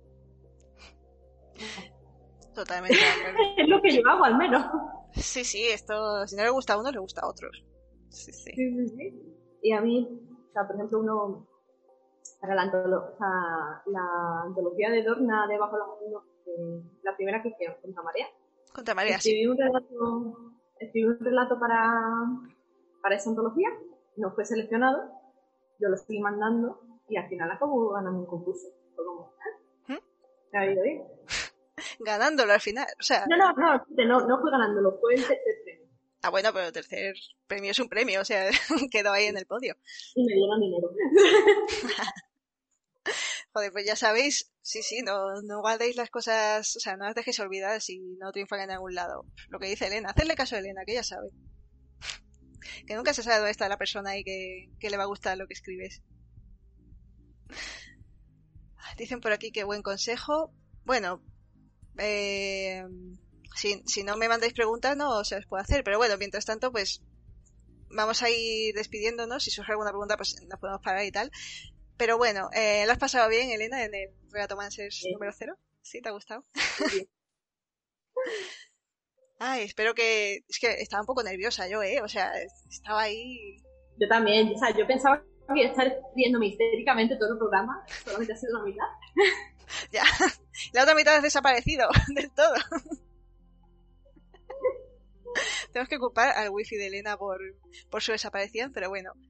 Totalmente. Es lo que yo hago, al menos. Sí, sí, esto, si no le gusta a uno, le gusta a otros. Sí, sí. Sí, sí, sí. Y a mí, o sea, por ejemplo, uno, para la, antolo- o sea, la antología de Dorna de Bajo los Mundos, eh, la primera que hicieron, Contra Marea. Contra Marea, escribí sí. Un relato, escribí un relato para, para esa antología, no fue seleccionado, yo lo estoy mandando y al final acabo ganando un concurso. Fue como, ¿eh? ¿Me ha ido bien? Ganándolo al final, o sea... No, no, no, no, no fue ganándolo, fue el tercer premio. Ah, bueno, pero el tercer premio es un premio, o sea, quedó ahí en el podio. Y me dieron dinero. Joder, pues ya sabéis, sí, sí, no, no guardéis las cosas, o sea, no las dejéis olvidadas si no triunfan en algún lado. Lo que dice Elena, hacerle caso a Elena, que ella sabe. Que nunca se sabe dónde está la persona ahí que, que le va a gustar lo que escribes. Dicen por aquí que buen consejo. Bueno, eh, si, si no me mandáis preguntas no se os puede hacer, pero bueno, mientras tanto pues vamos a ir despidiéndonos. Si surge alguna pregunta pues nos podemos parar y tal. Pero bueno, eh, ¿lo has pasado bien, Elena, en el Relatomancers sí. número cero? ¿Sí? ¿Te ha gustado? Sí. Ay, espero que... Es que estaba un poco nerviosa yo, ¿eh? O sea, estaba ahí... Yo también, o sea, yo pensaba que iba a estar riéndome histéricamente todo el programa, solamente ha sido la mitad. Ya, la otra mitad has desaparecido del todo. Tenemos que culpar al wifi de Elena por, por su desaparición, pero bueno,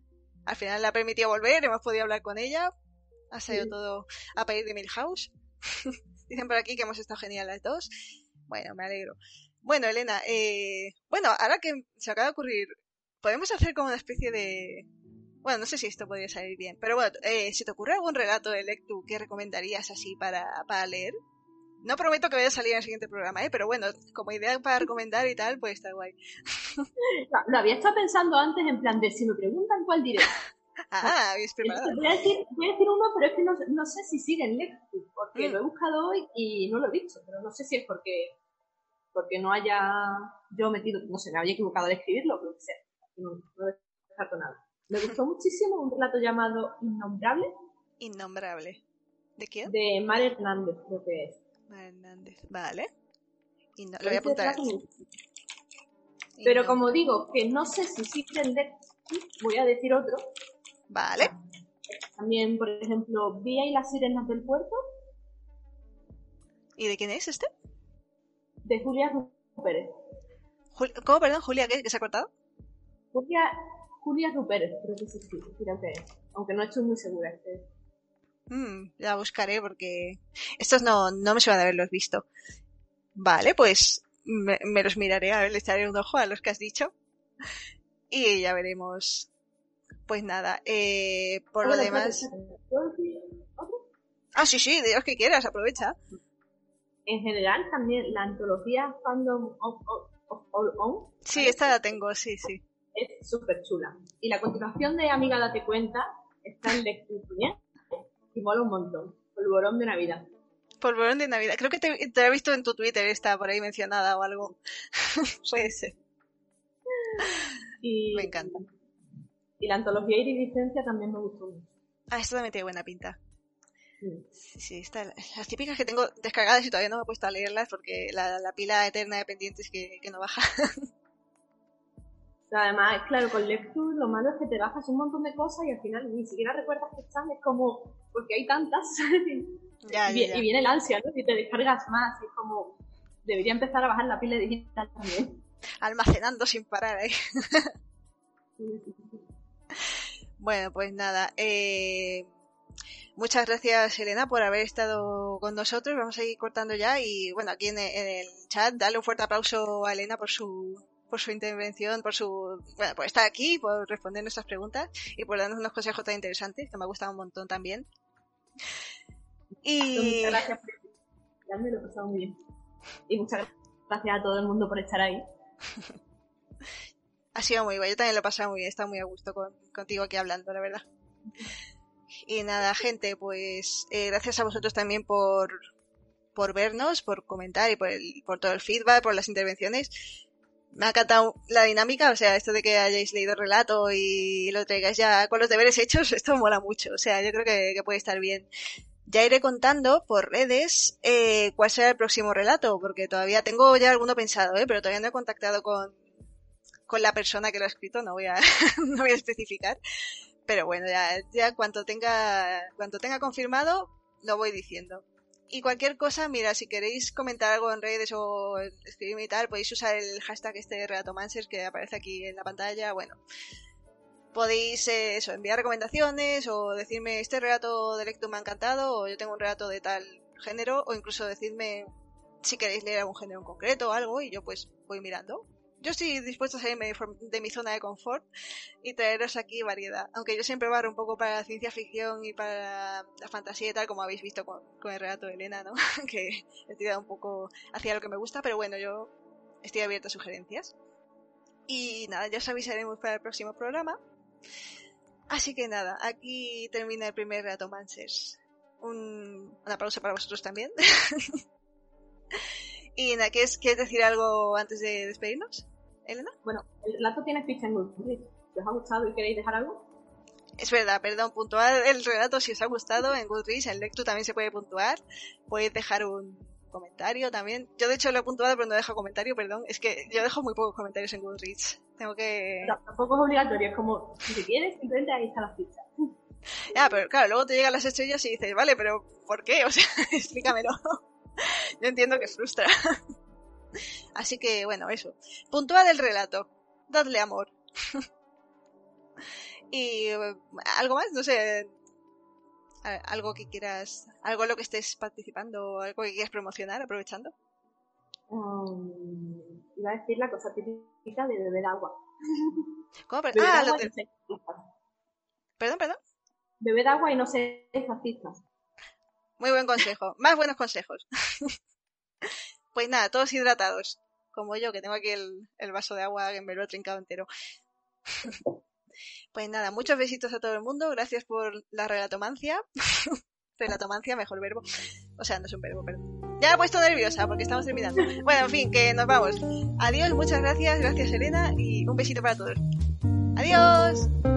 al final la ha permitido volver, hemos podido hablar con ella, ha salido Sí. todo a pedir de Milhouse. Dicen por aquí que hemos estado genial las dos. Bueno, me alegro. Bueno, Elena, eh, bueno, ahora que se acaba de ocurrir, podemos hacer como una especie de... Bueno, no sé si esto podría salir bien, pero bueno, eh, ¿se te ocurre algún relato de Lectu que recomendarías así para, para leer? No prometo que vaya a salir en el siguiente programa, ¿eh? Pero bueno, como idea para recomendar y tal, pues está guay. No, lo había estado pensando antes en plan de si me preguntan cuál diré. Ah, habéis preparado. Voy a decir, voy a decir uno, pero es que no, no sé si sigue en Lectu, porque Mm. lo he buscado hoy y no lo he visto, pero no sé si es porque porque no haya yo metido, no sé, me había equivocado al escribirlo, o lo que sea. No, no descarto nada. Me gustó muchísimo un relato llamado Innombrable. Innombrable. ¿De quién? De Mar Hernández, creo que es. Mar Hernández. Vale. Inno... Lo voy a apuntar aquí. Pero como digo, que no sé si sigue en Lectu, voy a decir otro. Vale. También, por ejemplo, Vía y las sirenas del puerto. ¿Y de quién es este? De Julia Rupérez. Jul... ¿Cómo, perdón, Julia? ¿Qué? ¿Que se ha cortado? Julia, Julia Rupérez, creo que sí, sí, creo que es. Aunque no estoy muy segura. Este. Mm, la buscaré porque estos no, no me suelen haberlos visto. Vale, pues me, me los miraré, a ver, le echaré un ojo a los que has dicho. Y ya veremos. Pues nada, eh, por Ah, lo bueno, demás... espérate, espérate. ¿Puedo decir otro? Ah, sí, sí, de los que quieras, aprovecha. En general, también la antología Fandom of, of, of All On. Sí, esta la tengo, sí, sí. Es súper chula. Y la continuación de Amiga Date Cuenta está en lectura y mola un montón. Polvorón de Navidad. Polvorón de Navidad. Creo que te, te la he visto en tu Twitter, está por ahí mencionada o algo. Puede ser. Y, me encanta. Y la antología Iridiscencia también me gustó mucho. Ah, esto también tiene buena pinta. Sí, sí, sí está, las típicas que tengo descargadas y todavía no me he puesto a leerlas porque la, la pila eterna de pendientes que, que no baja. O sea, además, claro, con Lecture lo malo es que te bajas un montón de cosas y al final ni siquiera recuerdas que están, es como, porque hay tantas. ya, y, ya, ya. y viene el ansia, ¿no? Y te descargas más, y es como, debería empezar a bajar la pila digital también. Almacenando sin parar ahí. Bueno, pues nada, eh... muchas gracias, Elena, por haber estado con nosotros. Vamos a ir cortando ya y, bueno, aquí en, en el chat, dale un fuerte aplauso a Elena por su por su intervención, por su bueno, por estar aquí, por responder nuestras preguntas y por darnos unos consejos tan interesantes que me ha gustado un montón también. Y muchas gracias por invitarme, lo he pasado muy bien. Y muchas gracias a todo el mundo por estar ahí. Ha sido muy bueno, yo también lo he pasado muy bien, he estado muy a gusto con, contigo aquí hablando, la verdad. Y nada, gente, pues eh, gracias a vosotros también por, por vernos, por comentar y por, el, por todo el feedback, por las intervenciones. Me ha encantado la dinámica, o sea, esto de que hayáis leído el relato y lo traigáis ya con los deberes hechos, esto mola mucho, o sea, yo creo que, que puede estar bien. Ya iré contando por redes eh, cuál será el próximo relato, porque todavía tengo ya alguno pensado, ¿eh? Pero todavía no he contactado con, con la persona que lo ha escrito, no voy a, no voy a especificar. Pero bueno, ya, ya cuanto tenga, cuanto tenga confirmado, lo voy diciendo. Y cualquier cosa, mira, si queréis comentar algo en redes o escribirme y tal, podéis usar el hashtag este de Relatomancers que aparece aquí en la pantalla. Bueno, podéis eh, eso, enviar recomendaciones o decirme este relato de Lectu me ha encantado o yo tengo un relato de tal género o incluso decirme si queréis leer algún género en concreto o algo y yo pues voy mirando. Yo estoy dispuesta a salirme de mi zona de confort y traeros aquí variedad. Aunque yo siempre barro un poco para la ciencia ficción y para la fantasía y tal, como habéis visto con, con el relato de Elena, ¿no? Que he tirado un poco hacia lo que me gusta, pero bueno, yo estoy abierta a sugerencias. Y nada, ya os avisaremos para el próximo programa. Así que nada, aquí termina el primer Relatomancers. Un, un aplauso para vosotros también. Y nada, ¿quieres, ¿quieres decir algo antes de despedirnos, Elena? Bueno, el relato tiene ficha en Goodreads. ¿Os ha gustado y queréis dejar algo? Es verdad, perdón, puntuar el relato si os ha gustado. En Goodreads, en Lectu también se puede puntuar. Podéis dejar un comentario también. Yo de hecho lo he puntuado pero no dejo comentario, perdón. Es que yo dejo muy pocos comentarios en Goodreads. Tengo que... No, tampoco es obligatorio, es como, si quieres, simplemente ahí está la ficha. Ya, pero claro, luego te llegan las estrellas y dices, vale, pero ¿por qué? O sea, explícamelo. Yo entiendo que frustra. Así que, bueno, eso. Puntuad el relato. Dadle amor. Y eh, algo más, no sé, algo que quieras, algo en lo que estés participando, algo que quieras promocionar aprovechando. Um, iba a decir la cosa típica de beber agua. ¿Cómo? Beber ah, agua lo y no ser Perdón, perdón. Beber agua y no ser fascista. Muy buen consejo. Más buenos consejos. Pues nada, todos hidratados. Como yo, que tengo aquí el, el vaso de agua que me lo he trincado entero. Pues nada, muchos besitos a todo el mundo. Gracias por la relatomancia. Relatomancia, mejor verbo. O sea, no es un verbo, perdón. Ya me he puesto nerviosa porque estamos terminando. Bueno, en fin, que nos vamos. Adiós, muchas gracias. Gracias, Elena. Y un besito para todos. Adiós.